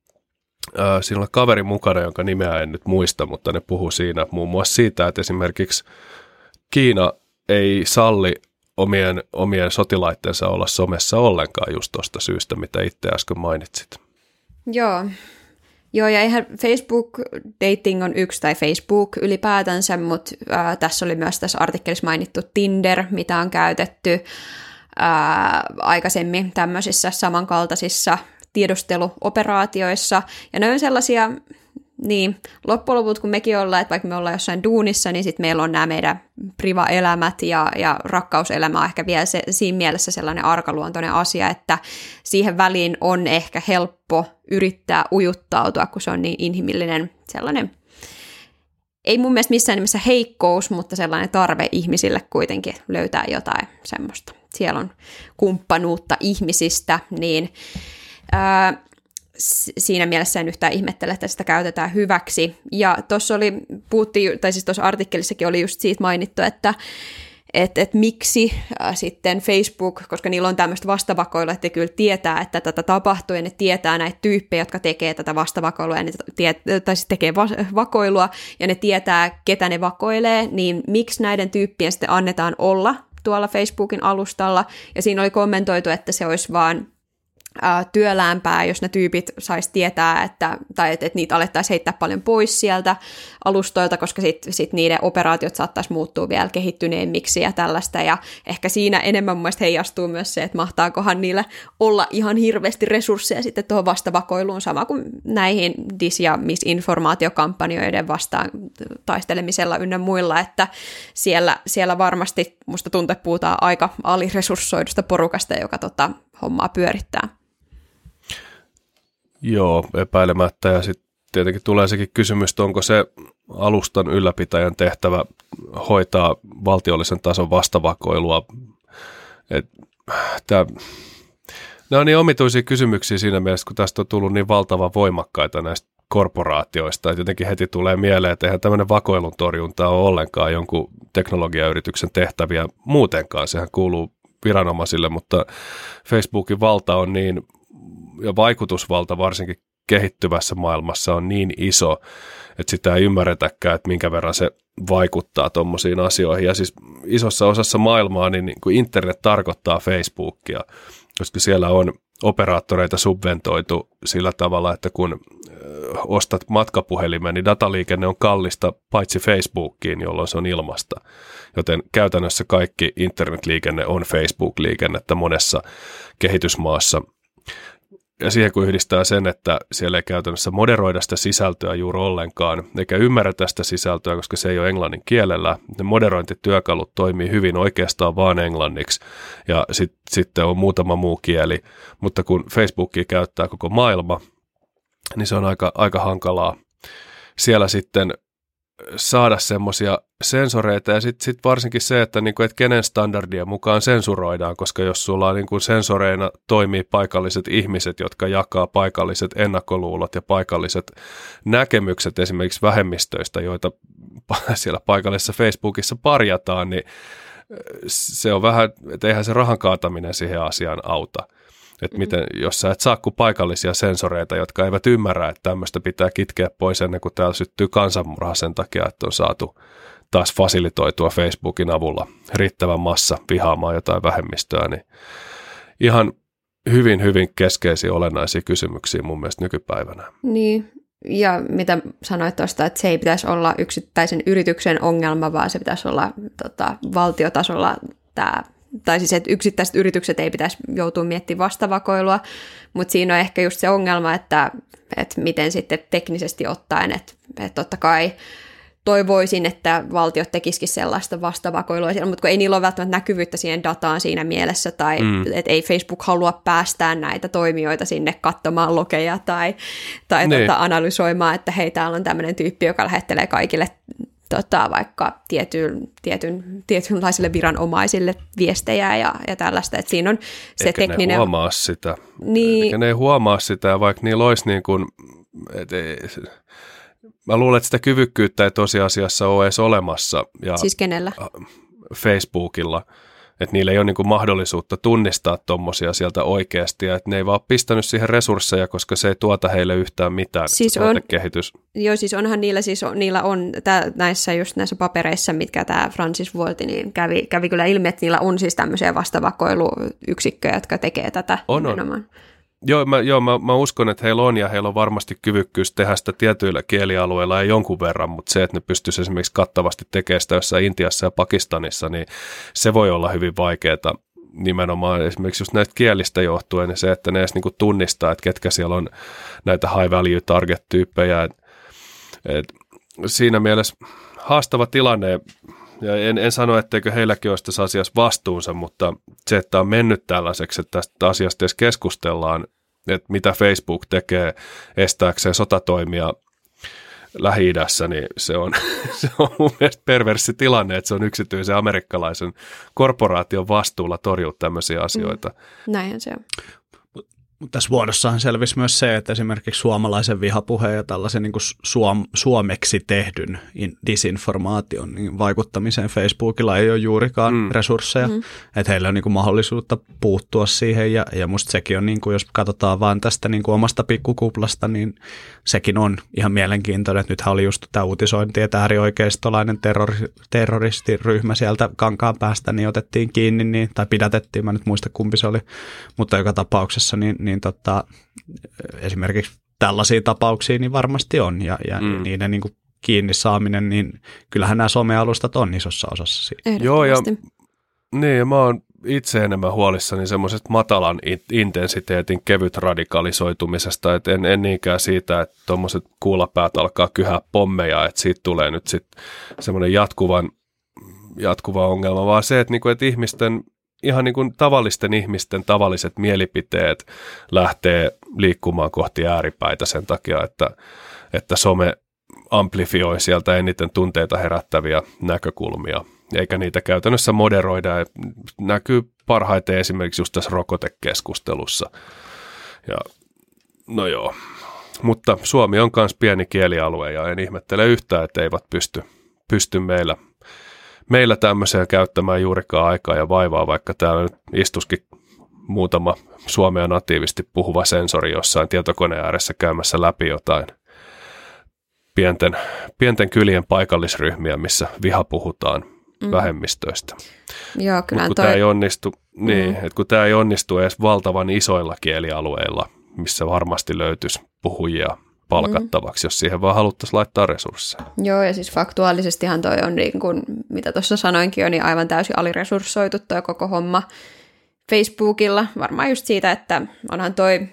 ää, siinä oli kaveri mukana, jonka nimeä en nyt muista, mutta ne puhuu siinä muun muassa siitä, että esimerkiksi Kiina ei salli omien, omien sotilaitteensa olla somessa ollenkaan just tuosta syystä, mitä itse äsken mainitsit. Joo. Joo, ja eihän Facebook-dating on yksi, tai Facebook ylipäätänsä, mutta ää, tässä oli myös tässä artikkelissa mainittu Tinder, mitä on käytetty ää, aikaisemmin tämmöisissä samankaltaisissa tiedusteluoperaatioissa, ja ne on sellaisia, niin loppujen lopuksi kun mekin ollaan, että vaikka me ollaan jossain duunissa, niin sitten meillä on nämä meidän priva-elämät ja, ja rakkauselämä on ehkä vielä se, siinä mielessä sellainen arkaluontoinen asia, että siihen väliin on ehkä helppo yrittää ujuttautua, kun se on niin inhimillinen sellainen, ei mun mielestä missään nimessä heikkous, mutta sellainen tarve ihmisille kuitenkin löytää jotain semmoista. Siellä on kumppanuutta ihmisistä, niin ää, siinä mielessä en yhtään ihmettele, että sitä käytetään hyväksi. Ja tuossa oli, puhuttiin, tai siis tuossa artikkelissakin oli just siitä mainittu, että et, et miksi äh, sitten Facebook, koska niillä on tämmöistä vastavakoilua, että kyllä tietää, että tätä tapahtuu, ja ne tietää näitä tyyppejä, jotka tekee tätä vastavakoilua, ja ne tie, tai siis tekee va- vakoilua, ja ne tietää, ketä ne vakoilee, niin miksi näiden tyyppien sitten annetaan olla tuolla Facebookin alustalla, ja siinä oli kommentoitu, että se olisi vaan työlämpää, jos ne tyypit sais tietää, että, tai että, että niitä alettaisiin heittää paljon pois sieltä alustoilta, koska sitten sit niiden operaatiot saattaisi muuttua vielä kehittyneemmiksi ja tällaista, ja ehkä siinä enemmän mun mielestä heijastuu myös se, että mahtaakohan niillä olla ihan hirveästi resursseja sitten tuohon vastavakoiluun, sama kuin näihin dis- ja misinformaatiokampanjoiden vastaan taistelemisella ynnä muilla, että siellä, siellä varmasti musta tuntuu, että puhutaan aika aliresurssoidusta porukasta, joka tota hommaa pyörittää. Joo, epäilemättä. Ja sitten tietenkin tulee sekin kysymys, että onko se alustan ylläpitäjän tehtävä hoitaa valtiollisen tason vastavakoilua. Nämä on niin omituisia kysymyksiä siinä mielessä, kun tästä on tullut niin valtavan voimakkaita näistä korporaatioista, että jotenkin heti tulee mieleen, että eihän tämmöinen vakoilun torjunta ole ollenkaan jonkun teknologiayrityksen tehtäviä muutenkaan. Sehän kuuluu viranomaisille, mutta Facebookin valta on niin, ja vaikutusvalta varsinkin kehittyvässä maailmassa on niin iso, että sitä ei ymmärretäkään, että minkä verran se vaikuttaa tuommoisiin asioihin. Ja siis isossa osassa maailmaa niin, niin kuin internet tarkoittaa Facebookia, koska siellä on operaattoreita subventoitu sillä tavalla, että kun ostat matkapuhelimen, niin dataliikenne on kallista paitsi Facebookiin, jolloin se on ilmasta. Joten käytännössä kaikki internetliikenne on Facebook-liikennettä monessa kehitysmaassa. Ja siihen kun yhdistää sen, että siellä ei käytännössä moderoida sitä sisältöä juuri ollenkaan, eikä ymmärretä sitä sisältöä, koska se ei ole englannin kielellä. Ne moderointityökalut toimii hyvin oikeastaan vaan englanniksi, ja sitten sit on muutama muu kieli. Mutta kun Facebookia käyttää koko maailma, niin se on aika, aika hankalaa siellä sitten saada semmoisia sensoreita ja sitten sit varsinkin se, että niinku, et kenen standardien mukaan sensuroidaan, koska jos sulla niinku sensoreina toimii paikalliset ihmiset, jotka jakaa paikalliset ennakkoluulot ja paikalliset näkemykset esimerkiksi vähemmistöistä, joita siellä paikallisessa Facebookissa parjataan, niin se on vähän, että eihän se rahan kaataminen siihen asiaan auta. Että miten, jos sä et saa kuin paikallisia sensoreita, jotka eivät ymmärrä, että tämmöistä pitää kitkeä pois ennen kuin täällä syttyy kansanmurha sen takia, että on saatu taas fasilitoitua Facebookin avulla riittävän massa vihaamaan jotain vähemmistöä, niin ihan hyvin, hyvin keskeisiä olennaisia kysymyksiä mun mielestä nykypäivänä. Niin, ja mitä sanoit tuosta, että se ei pitäisi olla yksittäisen yrityksen ongelma, vaan se pitäisi olla tota, valtiotasolla tämä, tai siis että yksittäiset yritykset ei pitäisi joutua miettimään vastavakoilua, mutta siinä on ehkä just se ongelma, että, että miten sitten teknisesti ottaen, että, että totta kai toivoisin, että valtiot tekisikin sellaista vastavakoilua siellä, mutta kun ei niillä ole välttämättä näkyvyyttä siihen dataan siinä mielessä, tai mm. että ei Facebook halua päästää näitä toimijoita sinne katsomaan logeja tai, tai tota, analysoimaan, että hei, täällä on tämmöinen tyyppi, joka lähettelee kaikille tota, vaikka tietyn, tietyn, tietynlaisille viranomaisille viestejä ja, ja tällaista, että siinä on se eikä tekninen... ne huomaa sitä. Niin... Eikä ne ei huomaa sitä, vaikka niillä olisi niin kuin... Et ei... Mä luulen, että sitä kyvykkyyttä ei tosiasiassa ole edes olemassa. Ja siis kenellä? Facebookilla. Että niillä ei ole niinku mahdollisuutta tunnistaa tommosia sieltä oikeasti. Ja että ne ei vaan pistänyt siihen resursseja, koska se ei tuota heille yhtään mitään. Siis on, kehitys. Joo, siis onhan niillä, siis on, niillä on tää, näissä just näissä papereissa, mitkä tämä Francis vuolti, niin kävi, kävi kyllä ilmi, että niillä on siis tämmöisiä vastavakoiluyksikköjä, jotka tekee tätä on, nimenomaan. On. Joo, mä, joo mä, mä uskon, että heillä on ja heillä on varmasti kyvykkyys tehdä sitä tietyillä kielialueilla ja jonkun verran, mutta se, että ne pystyisi esimerkiksi kattavasti tekemään sitä jossain Intiassa ja Pakistanissa, niin se voi olla hyvin vaikeaa nimenomaan esimerkiksi just näistä kielistä johtuen, niin se, että ne edes niinku tunnistaa, että ketkä siellä on näitä high value target-tyyppejä. Et, et, siinä mielessä haastava tilanne. Ja en, en sano, etteikö heilläkin olisi tässä asiassa vastuunsa, mutta se, että on mennyt tällaiseksi, että tästä asiasta edes keskustellaan, että mitä Facebook tekee estääkseen sotatoimia Lähi-idässä, niin se on, se on mun mielestä perverssi tilanne, että se on yksityisen amerikkalaisen korporaation vastuulla torjua tämmöisiä asioita. Mm, näinhän se on. Mutta tässä vuodossahan selvisi myös se, että esimerkiksi suomalaisen vihapuheen ja tällaisen niin kuin suom- suomeksi tehdyn disinformaation niin vaikuttamiseen Facebookilla ei ole juurikaan mm. resursseja. Mm. Että heillä on niin kuin mahdollisuutta puuttua siihen ja, ja musta sekin on, niin kuin, jos katsotaan vaan tästä niin kuin omasta pikkukuplasta, niin sekin on ihan mielenkiintoinen. Että nythän oli just tämä uutisointi, että äärioikeistolainen terrori- terroristiryhmä sieltä Kankaan päästä niin otettiin kiinni niin, tai pidätettiin, mä nyt muista kumpi se oli, mutta joka tapauksessa niin, niin Tota, esimerkiksi tällaisia tapauksia niin varmasti on ja, ja mm. niiden niin kuin kiinni saaminen, niin kyllähän nämä somealustat on isossa osassa siitä. Joo, ja, niin, ja mä oon itse enemmän huolissani semmoisesta matalan intensiteetin kevyt radikalisoitumisesta, että en, en niinkään siitä, että tuommoiset kuulapäät alkaa kyhää pommeja, että siitä tulee nyt sitten semmoinen jatkuvan, jatkuva ongelma, vaan se, että, niinku, että ihmisten ihan niin kuin tavallisten ihmisten tavalliset mielipiteet lähtee liikkumaan kohti ääripäitä sen takia, että, että some amplifioi sieltä eniten tunteita herättäviä näkökulmia, eikä niitä käytännössä moderoida. Näkyy parhaiten esimerkiksi just tässä rokotekeskustelussa. Ja, no joo, mutta Suomi on myös pieni kielialue ja en ihmettele yhtään, että eivät pysty, pysty meillä Meillä tämmöiseen käyttämään juurikaan aikaa ja vaivaa, vaikka täällä nyt istuskin muutama suomea natiivisti puhuva sensori jossain tietokoneen ääressä käymässä läpi jotain pienten, pienten kylien paikallisryhmiä, missä viha puhutaan mm. vähemmistöistä. Joo, kyllä kun toi... tämä ei onnistu, niin, mm. että kun tämä ei onnistu edes valtavan isoilla kielialueilla, missä varmasti löytyisi puhujia palkattavaksi, mm. jos siihen vaan haluttaisiin laittaa resursseja. Joo, ja siis faktuaalisestihan toi on, niin kuin, mitä tuossa sanoinkin jo, niin aivan täysin aliresurssoitu toi koko homma Facebookilla. Varmaan just siitä, että onhan toi,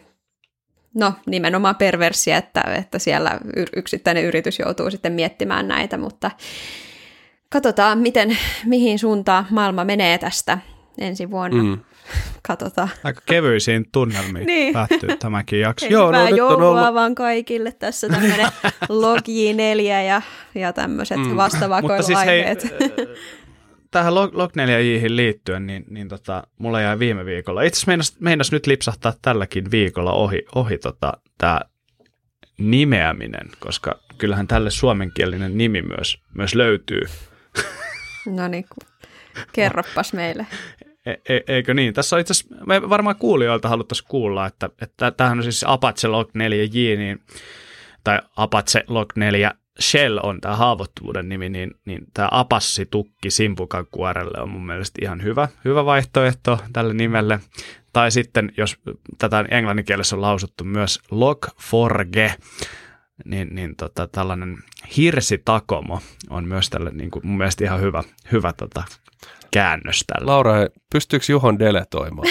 no nimenomaan perverssiä, että, että siellä yksittäinen yritys joutuu sitten miettimään näitä, mutta katsotaan, miten, mihin suuntaan maailma menee tästä. ensi vuonna. Mm. Katsotaan. Aika kevyisiin tunnelmiin niin. Päättyy tämäkin jakso. Joo, hyvää no, joulua ollut... vaan kaikille. Tässä tämmöinen Log J neljä ja, ja tämmöiset mm. vastavakoiluaiheet. Siis tähän Log neljä J:hin liittyen, niin, niin tota, mulla jäi viime viikolla. Itse asiassa meinas, meinas nyt lipsahtaa tälläkin viikolla ohi, ohi tota, tämä nimeäminen, koska kyllähän tälle suomenkielinen nimi myös, myös löytyy. No niin, kerroppas meille. E, e, eikö niin? Tässä on itse asiassa, me varmaan kuulijoilta haluttaisiin kuulla, että, että tämähän on siis Apache Log neljä J, niin, tai Apache Log neljä Shell on tämä haavoittuvuuden nimi, niin, niin tämä Apassi-tukki Simpukan kuorelle on mun mielestä ihan hyvä, hyvä vaihtoehto tälle nimelle. Tai sitten, jos tätä englanninkielessä on lausuttu myös log four ge, niin, niin tota, tällainen hirsitakomo on myös tälle niin kuin mun mielestä ihan hyvä, hyvä tota, käännös tälle. Laura, pystyykö Juhon deletoimaan?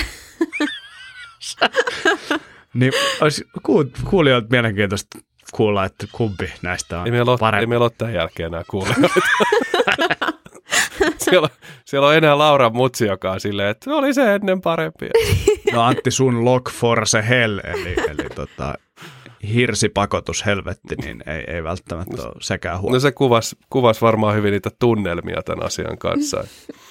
Niin olisi kuulijoilta mielenkiintoista kuulla, että kumpi näistä on ei meillä parempi. Ei meillä ole tämän jälkeen enää kuulijoita. siellä, siellä on enää Laura mutsi, joka on silleen, että oli se ennen parempi. No Antti, sun log for se hell, eli, eli tota, hirsipakotus helvetti, niin ei, ei välttämättä ole sekään huono. No se kuvasi, kuvasi varmaan hyvin niitä tunnelmia tämän asian kanssa.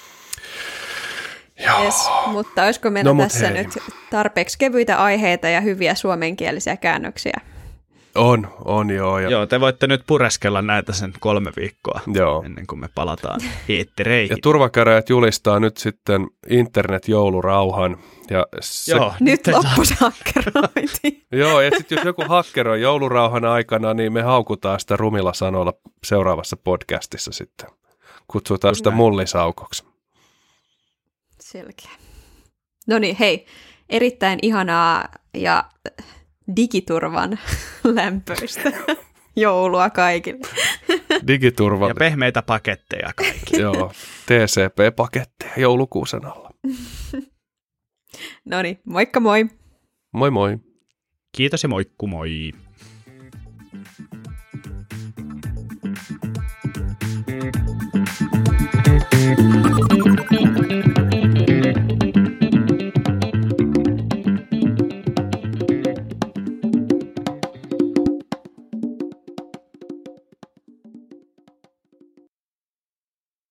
Yes, mutta olisiko meillä no, tässä hei. nyt tarpeeksi kevyitä aiheita ja hyviä suomenkielisiä käännöksiä? On, on joo. Ja... Joo, te voitte nyt pureskella näitä sen kolme viikkoa joo. ennen kuin me palataan eettereihin. Ja turvakäräjät julistaa nyt sitten internet-joulurauhan. Ja se... Joo, nyt loppu se hakkerointi. Joo, ja sitten jos joku hakkeroi joulurauhan aikana, niin me haukutaan sitä rumilla sanoilla seuraavassa podcastissa sitten. Kutsutaan sitä mullisaukoksi. Selkeä. No niin, hei, erittäin ihanaa ja digiturvan lämpöistä joulua kaikille. Digiturvan. Ja pehmeitä paketteja kaikille. Joo, T C P-paketteja joulukuusen alla. No niin, moikka moi. Moi moi. Kiitos ja moikku moi.